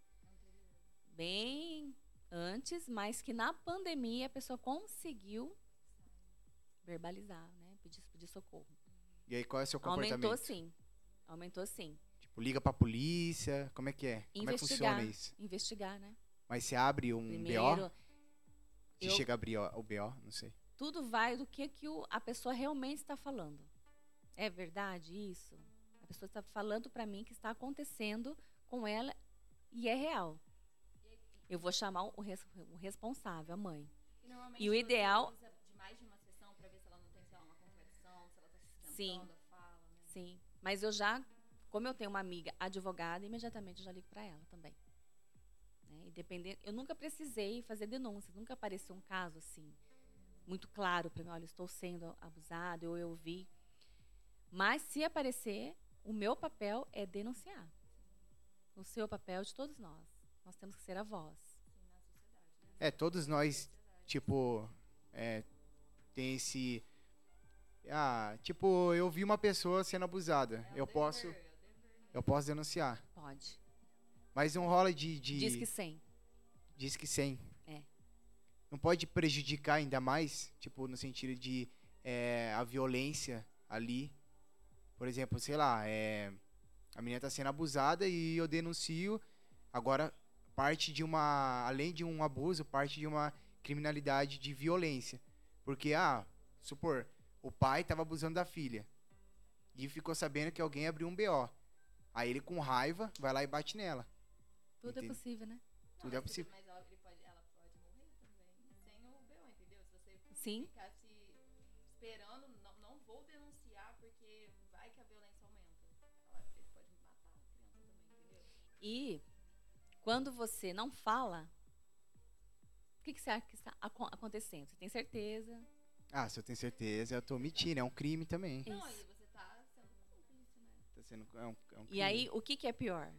bem antes, mas que na pandemia a pessoa conseguiu verbalizar, né? Pedir, pedir socorro. E aí, qual é o seu comportamento? Aumentou sim. Aumentou sim. Tipo, liga pra polícia, como é que é? Como é que Investigar. funciona isso? Investigar, né? Mas você abre um Primeiro, B O? Se eu- chega a abrir o o B O, não sei. tudo vai do que, que o- a pessoa realmente está falando. É verdade isso? A pessoa está falando para mim que está acontecendo com ela e é real. Eu vou chamar o, res- o responsável, a mãe. E, normalmente E o você ideal- usa de mais de uma sessão pra ver se ela não tem, sei lá, uma conversão, se ela tá sustentando Sim. a fala, né? Sim. Mas eu já, como eu tenho uma amiga advogada, imediatamente eu já ligo para ela também. Né? E dependendo, eu nunca precisei fazer denúncias, nunca apareceu um caso assim, muito claro para mim, olha, estou sendo abusado, ou eu vi. Mas se aparecer, o meu papel é denunciar. O seu papel de todos nós. Nós temos que ser a voz. Assim, na sociedade, né? É, todos nós, tipo, é, tem esse... Ah, tipo, eu vi uma pessoa sendo abusada. É o Eu dever, posso, é o dever, né? eu posso denunciar. Pode. Mas não rola de... de Diz que sim. diz que sem. É. Não pode prejudicar ainda mais, tipo, no sentido de é, a violência ali. Por exemplo, sei lá, é, a menina tá sendo abusada e eu denuncio. Agora, parte de uma... Além de um abuso, parte de uma criminalidade de violência. Porque, ah, supor, o pai tava abusando da filha. E ficou sabendo que alguém abriu um B O. Aí ele, com raiva, vai lá e bate nela. Tudo Entendi. é possível, né? Não, Tudo é mas possível. Mas ela, ele pode, ela pode morrer também sem o B O, entendeu? Se você Sim. ficar se esperando, não, não vou denunciar porque vai que a violência aumenta. Ela, ele pode matar a criança também, entendeu? E quando você não fala, o que, que você acha que está acon- acontecendo? Você tem certeza? Ah, se eu tenho certeza, eu tô omitindo. É um crime também. Não, Isso. e você tá sendo cúmplice, né? Tá sendo, é um, é um crime. E aí, o que, que é pior?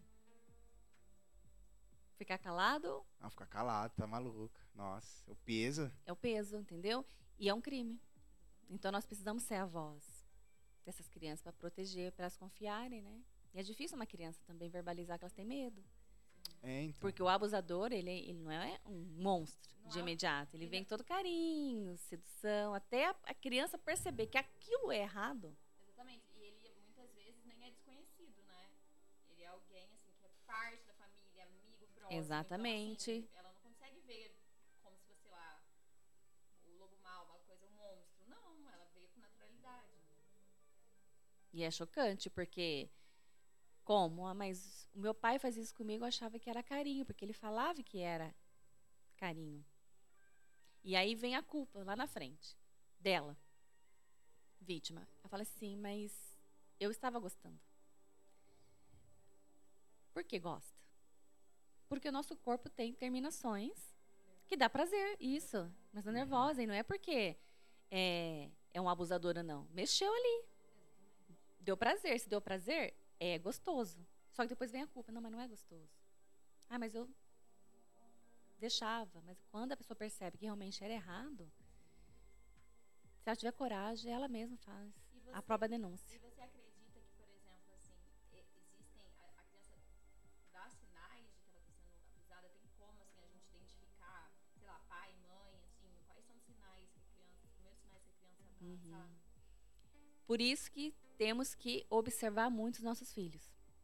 Ficar calado Ah, ficar calado, tá maluco. Nossa, o peso. é o peso, entendeu? E é um crime. Então, nós precisamos ser a voz dessas crianças para proteger, para elas confiarem, né? E é difícil uma criança também verbalizar que elas têm medo. É, então. Porque o abusador, ele, ele não é um monstro Não de é- imediato. Ele ele vem é- com todo carinho, sedução, até a, a criança perceber que aquilo é errado. Exatamente. E ele muitas vezes nem é desconhecido, né? Ele é alguém assim que é parte da família, amigo próximo. Exatamente. Então, assim, ela não consegue ver como se fosse, sei lá, o lobo mau, uma coisa, um monstro. Não, ela veio com naturalidade. E é chocante, porque como? Ah, mas o meu pai fazia isso comigo, eu achava que era carinho, porque ele falava que era carinho. E aí vem a culpa lá na frente dela, vítima. Ela fala assim, mas eu estava gostando. Por que gosta? Porque o nosso corpo tem terminações que dá prazer, isso. Mas não é nervosa, e não é porque é, é um abusador ou não. Mexeu ali. Deu prazer. Se deu prazer, é gostoso. Só que depois vem a culpa. Não, mas não é gostoso. Ah, mas eu deixava. Mas quando a pessoa percebe que realmente era errado, se ela tiver coragem, ela mesma faz E você, a própria denúncia. e você acredita que, por exemplo, assim, e- existem, a, a criança dá sinais de que ela está sendo abusada? Tem como, assim, a gente identificar, sei lá, pai, mãe, assim, quais são os sinais que a criança, os primeiros sinais que a criança dá, Uhum. sabe? Por isso que temos que observar muito os nossos filhos.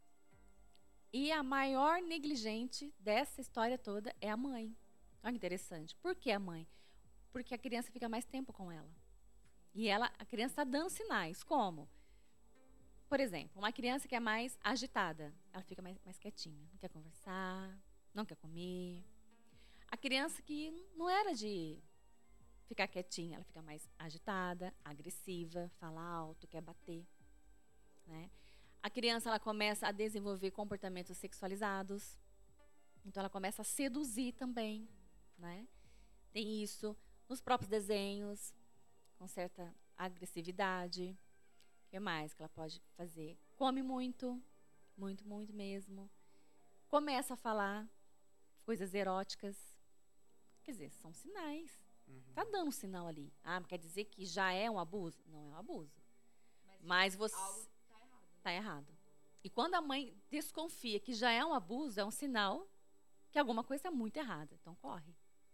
E a maior negligente dessa história toda é a mãe. Olha que interessante. Por que a mãe? Porque a criança fica mais tempo com ela. E ela, a criança está dando sinais. Como? Por exemplo, uma criança que é mais agitada. Ela fica mais, mais quietinha. Não quer conversar, não quer comer. A criança que não era de ficar quietinha, ela fica mais agitada, agressiva, fala alto, quer bater. Né? A criança ela começa a desenvolver comportamentos sexualizados. Então ela começa a seduzir também, né? Tem isso nos próprios desenhos, com certa agressividade. O que mais que ela pode fazer? Come muito, muito, muito mesmo. Começa a falar coisas eróticas. Quer dizer, são sinais. Uhum. Tá dando um sinal ali. Ah, quer dizer que já é um abuso? Não é um abuso. Mas, Mas você algo tá errado. Né? tá errado. E quando a mãe desconfia que já é um abuso, é um sinal que alguma coisa está muito errada. Então corre.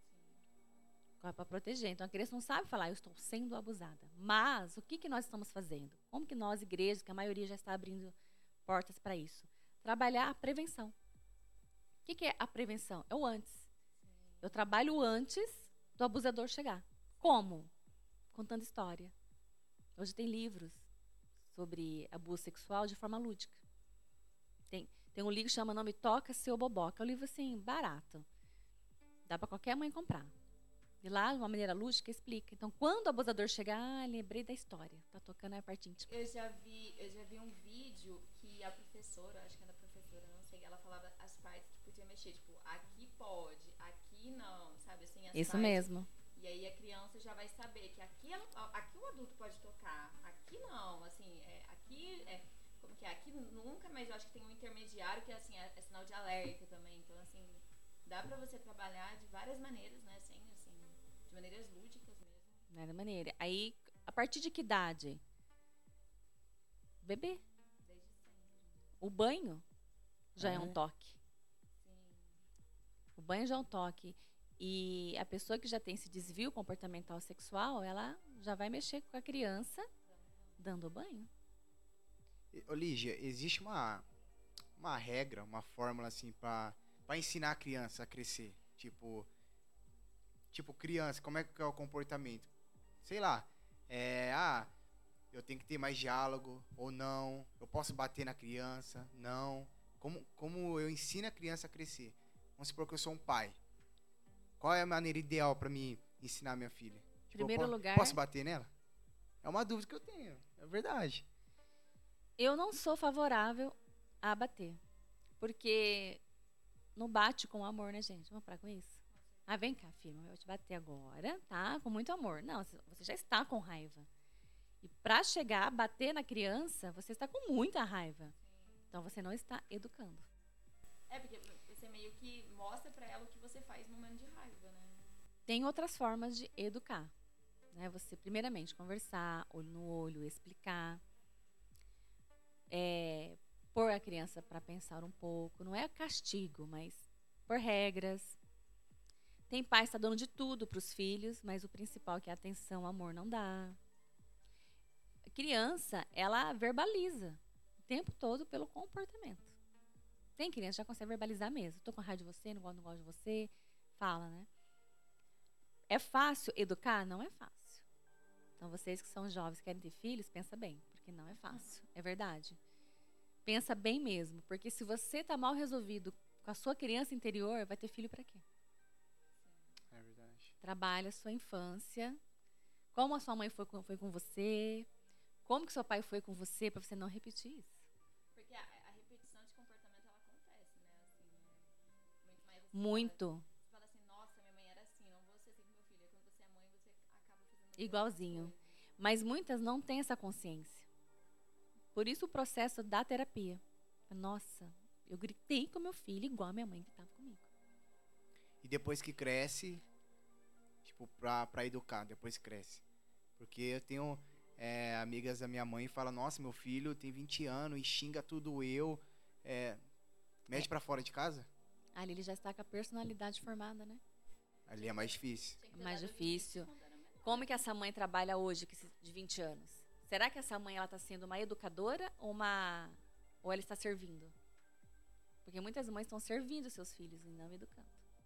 Corre para proteger. Então a criança não sabe falar, eu estou sendo abusada. Mas o que, que nós estamos fazendo? Como que nós, igrejas, que a maioria já está abrindo portas para isso? Trabalhar a prevenção. O que, que é a prevenção? É o antes. Eu trabalho antes do abusador chegar. Como? Contando história. Hoje tem livros sobre abuso sexual de forma lúdica. Tem, tem um livro que chama Nome Toca Seu Bobó, que é um livro assim, barato. Dá para qualquer mãe comprar. E lá, de uma maneira lúdica, explica. Então, quando o abusador chegar, ah, lembrei da história. Tá tocando a parte íntima. Eu já vi, eu já vi um vídeo que a professora, acho que era a professora, não sei, ela falava as partes que podia mexer, tipo, aqui pode, aqui não, sabe assim, as Isso partes. mesmo. E aí a criança já vai saber que aqui, ela, aqui o adulto pode tocar, aqui não, assim, é, aqui é, como que é, aqui nunca, mas eu acho que tem um intermediário que assim, é, é sinal de alerta também, então assim, dá pra você trabalhar de várias maneiras, né, assim, assim, de maneiras lúdicas mesmo. Nada maneira. Aí, a partir de que idade? Bebê. Desde sempre. O banho já é, É. um toque. Sim. O banho já é um toque. E a pessoa que já tem esse desvio comportamental sexual, ela já vai mexer com a criança dando banho. E, ô, Lígia, existe uma, uma regra, uma fórmula assim pra, pra ensinar a criança a crescer? Tipo, tipo, criança, como é que é o comportamento? Sei lá, é, ah, eu tenho que ter mais diálogo ou não? Eu posso bater na criança? Não. Como, como eu ensino a criança a crescer? Vamos supor que eu sou um pai. Qual é a maneira ideal pra mim ensinar minha filha? Tipo, Primeiro eu po- lugar- Posso bater nela? É uma dúvida que eu tenho, é verdade. Eu não sou favorável a bater. Porque não bate com amor, né, gente? Vamos parar com isso? Ah, vem cá, filho, eu vou te bater agora, tá? Com muito amor. Não, você já está com raiva. E para chegar a bater na criança, você está com muita raiva. Então você não está educando. É, porque você meio que mostra pra ela o que você faz no momento de raiva, né? Tem outras formas de educar. Né? Você, primeiramente, conversar, olho no olho, explicar. É, pôr a criança para pensar um pouco. Não é castigo, mas por regras. Tem pais que estão dando de tudo para os filhos, mas o principal que é a atenção, amor, não dá. A criança, ela verbaliza o tempo todo pelo comportamento. Tem criança que já consegue verbalizar mesmo. Estou com raiva de você, não gosto, não gosto de você. Fala, né? É fácil educar? Não é fácil. Então, vocês que são jovens querem ter filhos, pensa bem. Porque não é fácil, é verdade. Pensa bem mesmo, porque se você tá mal resolvido com a sua criança interior, vai ter filho para quê? É verdade. Trabalha a sua infância, como a sua mãe foi com, foi com você, como que seu pai foi com você, para você não repetir isso. Porque a, a repetição de comportamento, ela acontece, né? Assim, é muito mais assim. Muito. Você fala assim, nossa, minha mãe era assim, não vou ser assim com meu filho. Aí quando você é mãe, você acaba fazendo as Igualzinho. mesmas coisas. Mas muitas não têm essa consciência. Por isso o processo da terapia. Nossa, eu gritei com meu filho igual a minha mãe gritava comigo. E depois que cresce, tipo, pra, pra educar, depois cresce. Porque eu tenho é, amigas da minha mãe que falam, nossa, meu filho tem vinte anos e xinga tudo eu. É, mete pra fora de casa? Ali ele já está com a personalidade formada, né? Ali é mais difícil. Tinha que ter Mais dado difícil. limite quando era menor. Como que essa mãe trabalha hoje, que se- de vinte anos? Será que essa mãe ela está sendo uma educadora ou uma ou ela está servindo? Porque muitas mães estão servindo seus filhos e não educando.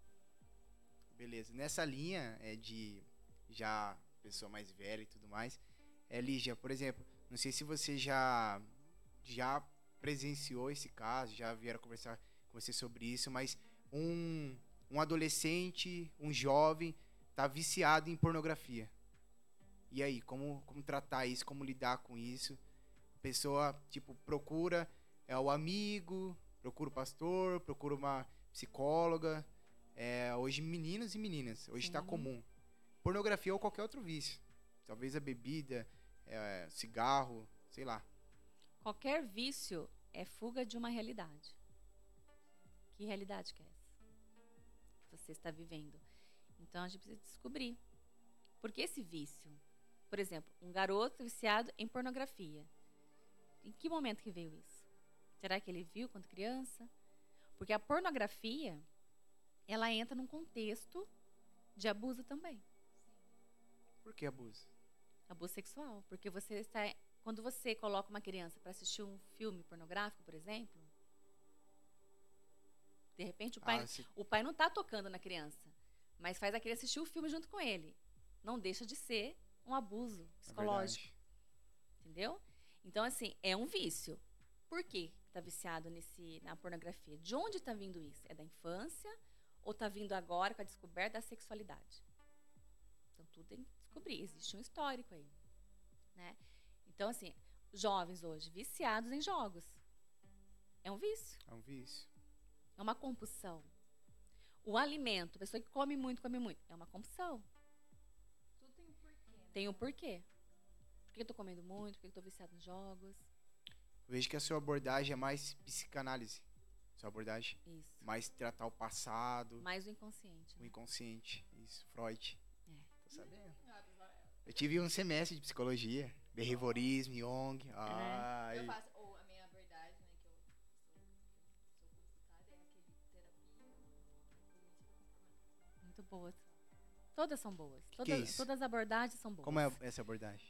Beleza. Nessa linha é de já pessoa mais velha e tudo mais, é, Lígia, por exemplo, não sei se você já já presenciou esse caso, já vieram conversar com você sobre isso, mas um, um adolescente, um jovem, tá viciado em pornografia. E aí, como, como tratar isso, como lidar com isso? A pessoa, tipo, procura é, o amigo, procura o pastor, procura uma psicóloga. É, hoje, meninos e meninas, hoje está Sim. comum. Pornografia ou qualquer outro vício. Talvez a bebida, é, cigarro, sei lá. Qualquer vício é fuga de uma realidade. Que realidade que é essa? Que você está vivendo. Então a gente precisa descobrir. Por que esse vício? Por exemplo, um garoto viciado em pornografia. Em que momento que veio isso? Será que ele viu quando criança? Porque a pornografia, ela entra num contexto de abuso também. Por que abuso? Abuso sexual. Porque você está. Quando você coloca uma criança para assistir um filme pornográfico, por exemplo, de repente o pai, Ah, se- o pai não está tocando na criança, mas faz a criança assistir o filme junto com ele. Não deixa de ser um abuso é psicológico, verdade. entendeu? Então, assim, é um vício. Por que está viciado nesse, na pornografia? De onde está vindo isso? É da infância ou está vindo agora com a descoberta da sexualidade? Então, tudo tem que descobrir. Existe um histórico aí, né? Então, assim, jovens hoje viciados em jogos. É um vício, É um vício. é uma compulsão. O alimento, a pessoa que come muito, come muito, é uma compulsão. Tudo tem um porquê, né? Tem um porquê. Por que eu tô comendo muito? Por que eu tô viciado em jogos? Vejo que a sua abordagem é mais psicanálise. Sua abordagem Isso. mais tratar o passado, Mais o inconsciente. o Né? inconsciente. Isso, Freud. É. Tô sabendo. Ah, Eu tive um semestre de psicologia, behaviorismo, Jung. Ai. Eu faço, ou a minha abordagem, né, que eu sou, que eu sou consultada, é aquele terapia cognitiva comportamental. Muito boas. Todas são boas. que Todas, é isso? todas as abordagens são boas. Como é essa abordagem?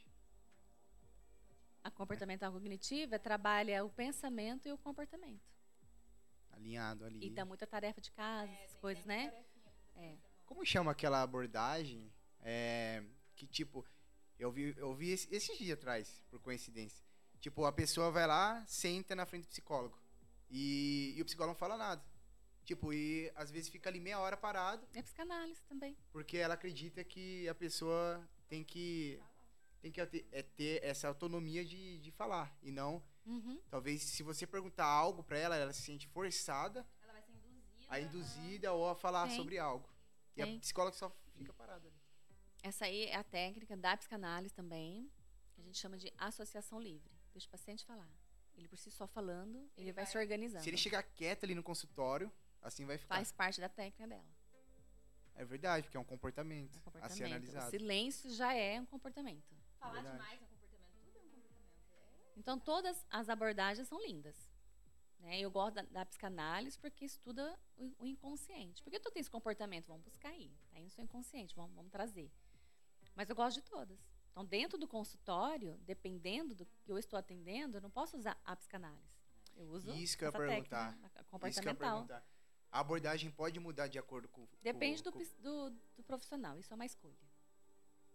A comportamental cognitiva trabalha o pensamento e o comportamento. Alinhado ali. E dá muita tarefa de casa, É, essas tem coisas, sempre né? tarefinha pra fazer É. na semana. Como chama aquela abordagem é, que, tipo, eu vi, eu vi esse- esses dias atrás, por coincidência. Tipo, a pessoa vai lá, senta na frente do psicólogo. E, e o psicólogo não fala nada. Tipo, e às vezes fica ali meia hora parado, É psicanálise também. porque ela acredita que a pessoa tem que, tem que ter, é, ter essa autonomia de, de falar. E não, Uhum. talvez, se você perguntar algo pra ela, ela se sente forçada Ela vai ser induzida. a induzida ou a falar Tem. sobre algo. E Tem. a psicóloga só fica parada ali. Essa aí é a técnica da psicanálise também, que a gente chama de associação livre. Deixa o paciente falar. Ele por si só falando, ele, Ele vai, vai- se organizando. Se ele chegar quieto ali no consultório, assim vai ficar. Faz parte da técnica dela. É verdade, porque é um comportamento, É um a ser comportamento. O analisado. silêncio já é um comportamento. Falar Verdade. demais é um comportamento, tudo é um comportamento. É. Então, todas as abordagens são lindas. Né? Eu gosto da, da psicanálise porque estuda o, o inconsciente. Por que tu tem esse comportamento? Vamos buscar aí. Tá aí no seu inconsciente, vamos, vamos trazer. Mas eu gosto de todas. Então, dentro do consultório, dependendo do que eu estou atendendo, eu não posso usar a psicanálise. Eu uso Isso que eu ia essa perguntar. técnica, a Isso que eu ia comportamental. perguntar. A abordagem pode mudar de acordo com... Depende com, do, com... pis- do, do profissional. Isso é uma escolha. Mas ele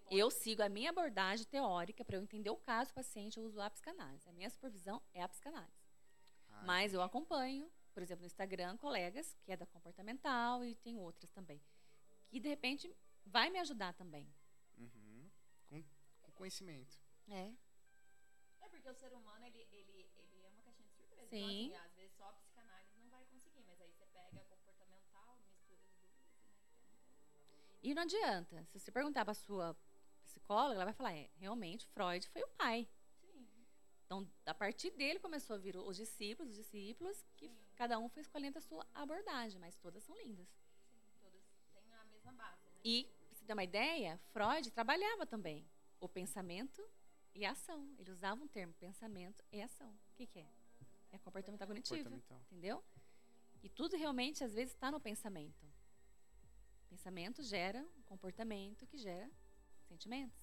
Eu sigo a minha abordagem teórica para eu entender o caso do paciente, eu uso a psicanálise. A minha supervisão é a psicanálise. Ah, Mas eu acompanho, por exemplo, no Instagram, colegas que é da comportamental e tem outras também. Que, de repente, vai me ajudar também. Uhum. Com, com conhecimento. É. É porque o ser humano, ele, ele, ele é uma caixinha de surpresa. Sim. Então, assim, às vezes só a psicanálise não vai conseguir, mas aí você pega a comportamental, mistura as duas, né? Então, E não adianta. Se você perguntar para sua psicóloga, ela vai falar, é, realmente, Freud foi o pai. sim. Então, a partir dele começou a vir os discípulos, os discípulos, que Sim. cada um foi escolhendo a sua abordagem, mas todas são lindas. Sim, todas têm a mesma base, né? E, pra você ter uma ideia, Freud trabalhava também o pensamento e a ação. Ele usava um termo, pensamento e ação. O que, que é? É comportamental cognitivo, Comportamental. entendeu? E tudo realmente, às vezes, está no pensamento. Pensamento gera um comportamento que gera sentimentos.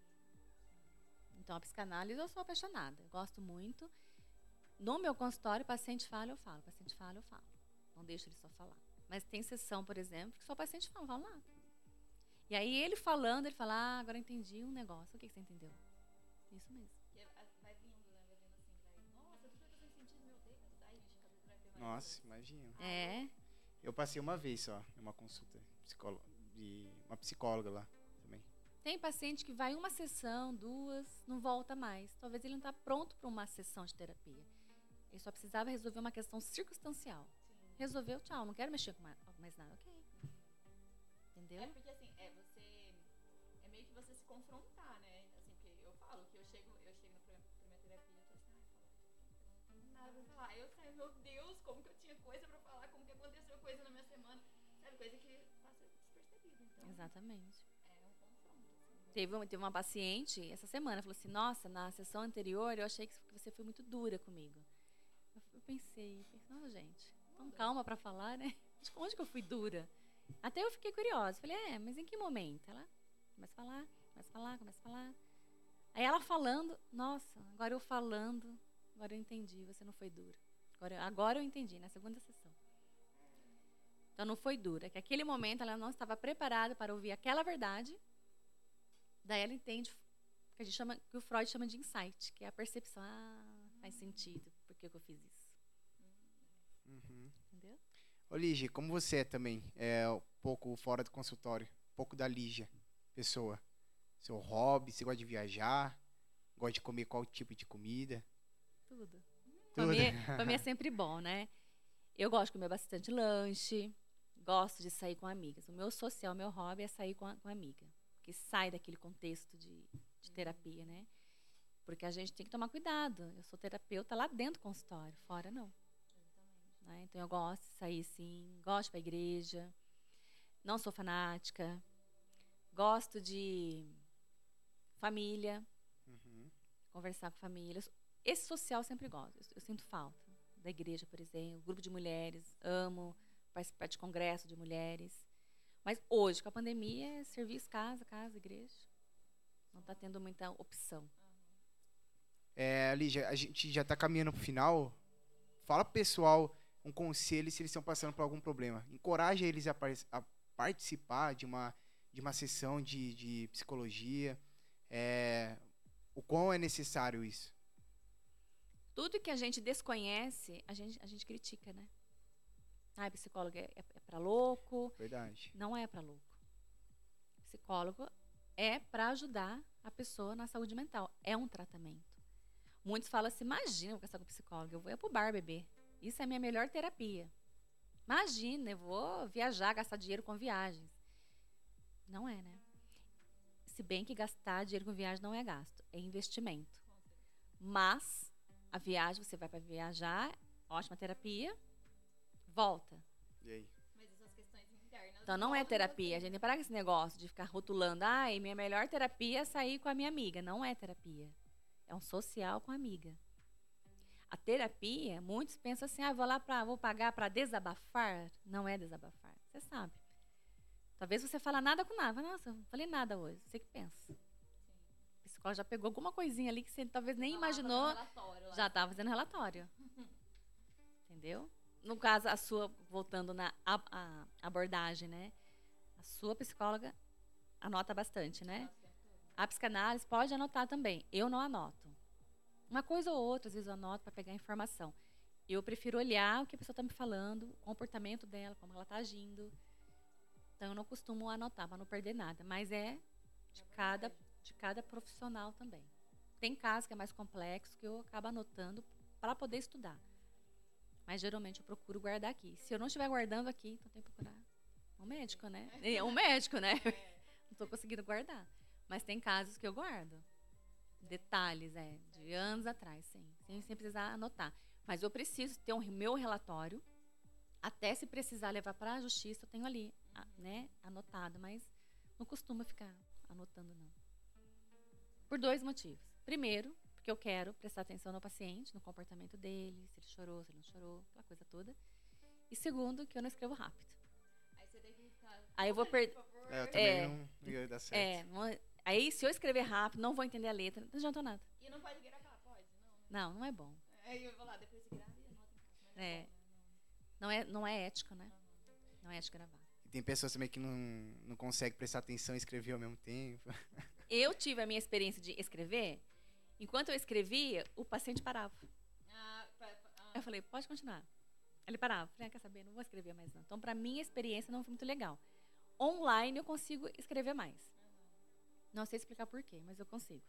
Então, a psicanálise, eu sou apaixonada. Eu gosto muito. No meu consultório, o paciente fala, eu falo. O paciente fala, eu falo. Não deixo ele só falar. Mas tem sessão, por exemplo, que só o paciente fala, não fala nada. E aí, ele falando, ele fala, ah, agora eu entendi um negócio. O que, que você entendeu? Isso mesmo. Porque vai vindo, né? Vai vindo assim, vai, nossa, tudo faz sentido, meu Deus. Aí, a cabeça vai ter mais. Nossa, imagina. É. Eu passei uma vez só, em uma consulta psicóloga, de uma psicóloga lá também. Tem paciente que vai uma sessão, duas, não volta mais. Talvez ele não está pronto para uma sessão de terapia. Ele só precisava resolver uma questão circunstancial. Sim. Resolveu, tchau, não quero mexer com mais, mais nada. Ok. Entendeu? É porque assim, é você. É meio que você se confrontar, né? Assim, porque eu falo que eu chego, eu chego na primeira, primeira terapia e eu tô assim, ai, fala, não tem nada pra falar. Aí eu saio, meu Deus, como que eu tinha coisa pra falar, como que aconteceu coisa na minha semana. Sabe, coisa que passa despercebida. Então, Exatamente. é um confronto. Assim. Teve uma, teve uma paciente essa semana, falou assim, nossa, na sessão anterior eu achei que você foi muito dura comigo. Eu, eu pensei, pensei, nossa, gente, tão calma pra falar, né? Onde que eu fui dura? Até eu fiquei curiosa. Falei, é, mas em que momento? Ela começa a falar, começa a falar, começa a falar. Aí ela falando, nossa, agora eu falando, agora eu entendi, você não foi dura. Agora, agora eu entendi, na segunda sessão. Então não foi dura, que aquele momento ela não estava preparada para ouvir aquela verdade. Daí ela entende que a gente chama, que o Freud chama de insight, que é a percepção. Ah, faz sentido, por que que eu fiz isso? Uhum. Entendeu? Ô, Lígia, como você é também, é um pouco fora do consultório, um pouco da Lígia, pessoa. Seu hobby, você gosta de viajar, gosta de comer qual tipo de comida? Tudo. Tudo. Comer, comer é sempre bom, né? Eu gosto de comer bastante lanche, gosto de sair com amigas. O meu social, o meu hobby é sair com a, com a amiga, que sai daquele contexto de, de terapia, né? Porque a gente tem que tomar cuidado. Eu sou terapeuta lá dentro do consultório, fora não. Né? Então eu gosto de sair sim, gosto de ir pra igreja, não sou fanática, gosto de família, Uhum. conversar com família. Esse social eu sempre gosto, eu, eu sinto falta da igreja, por exemplo, grupo de mulheres, amo participar de congresso de mulheres. Mas hoje, com a pandemia, é serviço, casa, casa, igreja. Não está tendo muita opção. É, Lígia, a gente já está caminhando pro final. Fala pro pessoal um conselho se eles estão passando por algum problema. Encoraja eles a, par a participar de uma, de uma sessão de, de psicologia. É, o quão é necessário isso? Tudo que a gente desconhece, a gente, a gente critica, né? Ah, psicólogo é, é, é para louco. Verdade. Não é para louco. Psicólogo é para ajudar a pessoa na saúde mental. É um tratamento. Muitos falam assim, imagina eu vou conversar com psicólogo, eu vou ir pro bar beber. Isso é a minha melhor terapia. Imagina, eu vou viajar, gastar dinheiro com viagens. Não é, né? Se bem que gastar dinheiro com viagem não é gasto, é investimento. Mas a viagem, você vai para viajar, ótima terapia, volta. E aí? Mas essas questões internas. Então não é voltam terapia. A você. gente tem que parar com esse negócio de ficar rotulando. Ai, minha melhor terapia é sair com a minha amiga. Não é terapia. É um social com a amiga. A terapia, muitos pensam assim, ah, vou lá para, vou pagar para desabafar. Não é desabafar. Você sabe. Talvez você fala nada com nada. Nossa, não falei nada hoje. Você que pensa. O psicólogo já pegou alguma coisinha ali que você talvez nem Tá lá fazendo imaginou. relatório lá. Já estava fazendo relatório. Entendeu? No caso, a sua, voltando na a- a abordagem, né? A sua psicóloga anota bastante, né? Nossa, o tempo todo. A psicanálise pode anotar também. Eu não anoto. Uma coisa ou outra, às vezes eu anoto para pegar informação. Eu prefiro olhar o que a pessoa está me falando, o comportamento dela, como ela está agindo. Então, eu não costumo anotar para não perder nada. Mas é de cada, de cada profissional também. Tem casos que é mais complexo que eu acabo anotando para poder estudar. Mas, geralmente, eu procuro guardar aqui. Se eu não estiver guardando aqui, então tem que procurar um médico, né? É um médico, né? Não estou conseguindo guardar. Mas tem casos que eu guardo. Detalhes, é. De anos atrás, sim. Sem, sem precisar anotar. Mas eu preciso ter o um, meu relatório. Até se precisar levar para a justiça, eu tenho ali, a, né, anotado. Mas não costumo ficar anotando, não. Por dois motivos. Primeiro, porque eu quero prestar atenção no paciente, no comportamento dele, se ele chorou, se ele não chorou, aquela coisa toda. E segundo, que eu não escrevo rápido. Aí você tem que ficar... Aí eu vou perder... É, eu também É. não ia dar certo. É, não é- aí se eu escrever rápido, não vou entender a letra, não adianta nada. E não pode gravar, pode? Não, né? Não, não é bom. Aí eu vou lá, depois você grava e anota em casa. Mas não É. bom, né? Não é, não é ético, né? Não é ético gravar. E tem pessoas também que não, não conseguem prestar atenção e escrever ao mesmo tempo. Eu tive a minha experiência de escrever. Enquanto eu escrevia, o paciente parava. Ah, pra- pra- ah. Eu falei, pode continuar. Ele parava. Falei, ah, quer saber? Não vou escrever mais não. Então, pra mim, a experiência não foi muito legal. Online, eu consigo escrever mais. Não sei explicar por quê, mas eu consigo.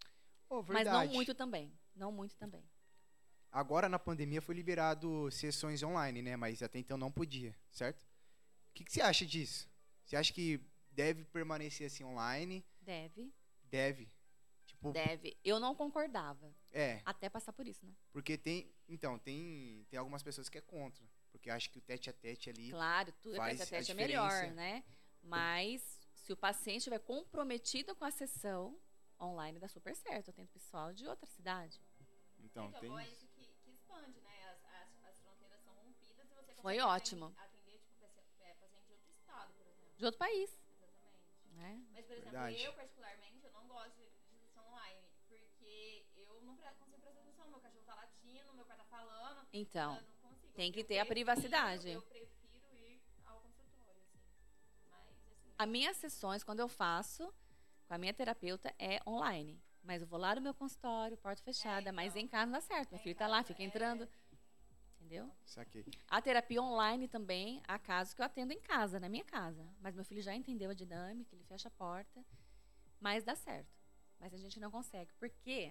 Ô, Mas verdade. não muito também. Não muito também. Agora, na pandemia, foi liberado sessões online, né? Mas até então não podia, certo? O que, que você acha disso? Você acha que deve permanecer assim online? Deve. Deve. Tipo, Deve. Eu não concordava. é. Até passar por isso, né? Porque tem... Então, tem, tem algumas pessoas que é contra. Porque acha que o tete a tete ali... Claro, tudo faz é tete a tete a é melhor, diferença. né? Mas se o paciente estiver comprometido com a sessão online, dá super certo. Eu tenho pessoal de outra cidade. Então, Então, tem... bom, é isso que, que expande, né? As, as, as fronteiras são rompidas e você Foi consegue ótimo. atender, atender tipo, paci- é, paciente de outro estado, por exemplo. De outro país, Exatamente. né? Mas, por exemplo, Verdade. eu, particularmente, eu não gosto de, de sessão online, porque eu não pre- consigo prestar atenção. Meu cachorro tá latindo, meu pai tá falando. Então, eu não consigo. tem que Eu ter a prefiro- privacidade. Eu prefiro ir ao consultório, assim. Mas, assim... as minhas sessões, quando eu faço com a minha terapeuta, é online. Mas eu vou lá no meu consultório, porta fechada, É, mas então. em casa dá certo. Meu É, filho em tá lá, casa, fica é. entrando. Entendeu? Saquei. A terapia online também, há casos que eu atendo em casa, na minha casa. Mas meu filho já entendeu a dinâmica, ele fecha a porta. Mas dá certo. Mas a gente não consegue. Porque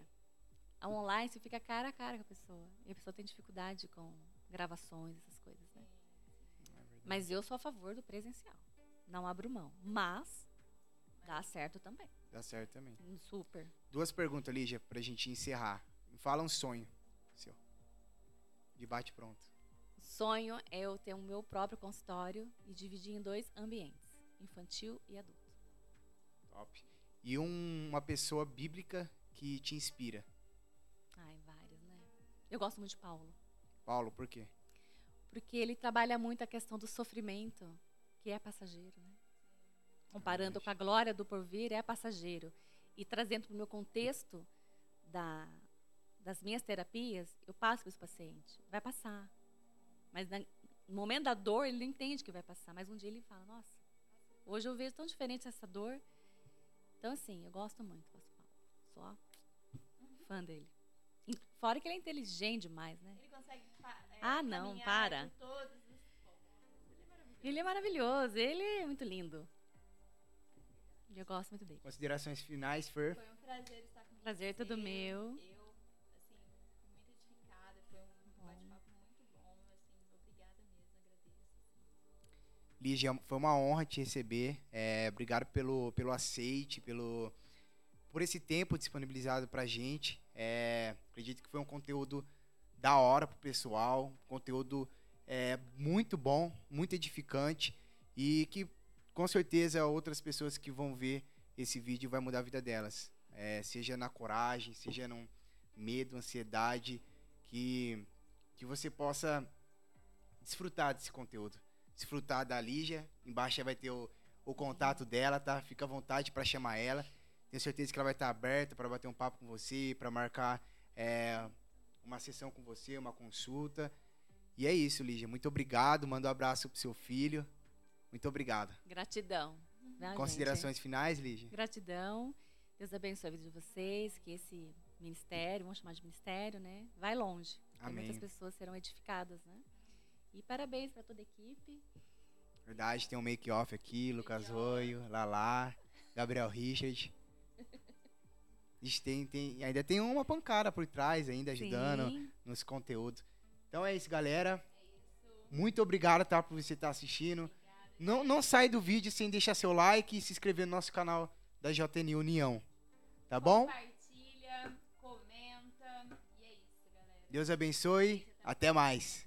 a online você fica cara a cara com a pessoa. E a pessoa tem dificuldade com gravações, essas coisas, né? É verdade. Mas eu sou a favor do presencial. Não abro mão. Mas dá certo também. Dá certo também. Super. Duas perguntas, Lígia, pra gente encerrar. Me fala um sonho seu. De bate pronto. Sonho é eu ter o meu próprio consultório e dividir em dois ambientes, infantil e adulto. Top. E um- uma pessoa bíblica que te inspira. Ai, vários, né? Eu gosto muito de Paulo, Paulo, por quê? porque ele trabalha muito a questão do sofrimento, que é passageiro, né? Comparando com a glória do porvir, é passageiro. E trazendo para o meu contexto da, das minhas terapias, eu passo para esse paciente. Vai passar. Mas na- no momento da dor, ele não entende que vai passar. Mas um dia ele fala, nossa, hoje eu vejo tão diferente essa dor. Então, assim, eu gosto muito do Paulo. Sou ó, fã dele. E fora que ele é inteligente demais, né? Ele consegue pa- é, Ah, não, caminhar para. por todos os pontos. Ele é maravilhoso. Ele é maravilhoso, ele é muito lindo. E eu gosto muito dele. Considerações finais, Fer? Foi um prazer estar com Prazer você. todo meu. Eu, assim, fui muito edificada. Foi um bate-papo muito bom. Assim, obrigada mesmo, agradeço. Assim. Lígia, foi uma honra te receber. É, obrigado pelo, pelo aceite, pelo, por esse tempo disponibilizado pra gente. É, acredito que foi um conteúdo da hora pro pessoal, um conteúdo é, muito bom, muito edificante e que com certeza outras pessoas que vão ver esse vídeo vai mudar a vida delas. É, seja na coragem, seja no medo, ansiedade, que, que você possa desfrutar desse conteúdo. Desfrutar da Lígia. Embaixo aí vai ter o, o contato dela, tá? Fica à vontade para chamar ela. Tenho certeza que ela vai estar aberta para bater um papo com você, para marcar é, uma sessão com você, uma consulta. E é isso, Lígia. Muito obrigado. Manda um abraço pro seu filho. Muito obrigado. Gratidão. Tá, Considerações finais, Lígia? gente? Gratidão. Deus abençoe a vida de vocês, que esse ministério, vamos chamar de ministério, né? Vai longe. Que Amém. muitas pessoas serão edificadas, né? E parabéns para toda a equipe. Verdade, tem um make-off aqui, Lucas Roio, Lala, Gabriel Richard. Ixi, Tem, tem, ainda tem uma pancada por trás ainda, ajudando Sim. nos conteúdos. Então é isso, galera. Muito obrigado, tá, por você estar assistindo. Não, não sai do vídeo sem deixar seu like e se inscrever no nosso canal da J N União. Tá bom? Compartilha, comenta. E é isso, galera. Deus abençoe. Até mais.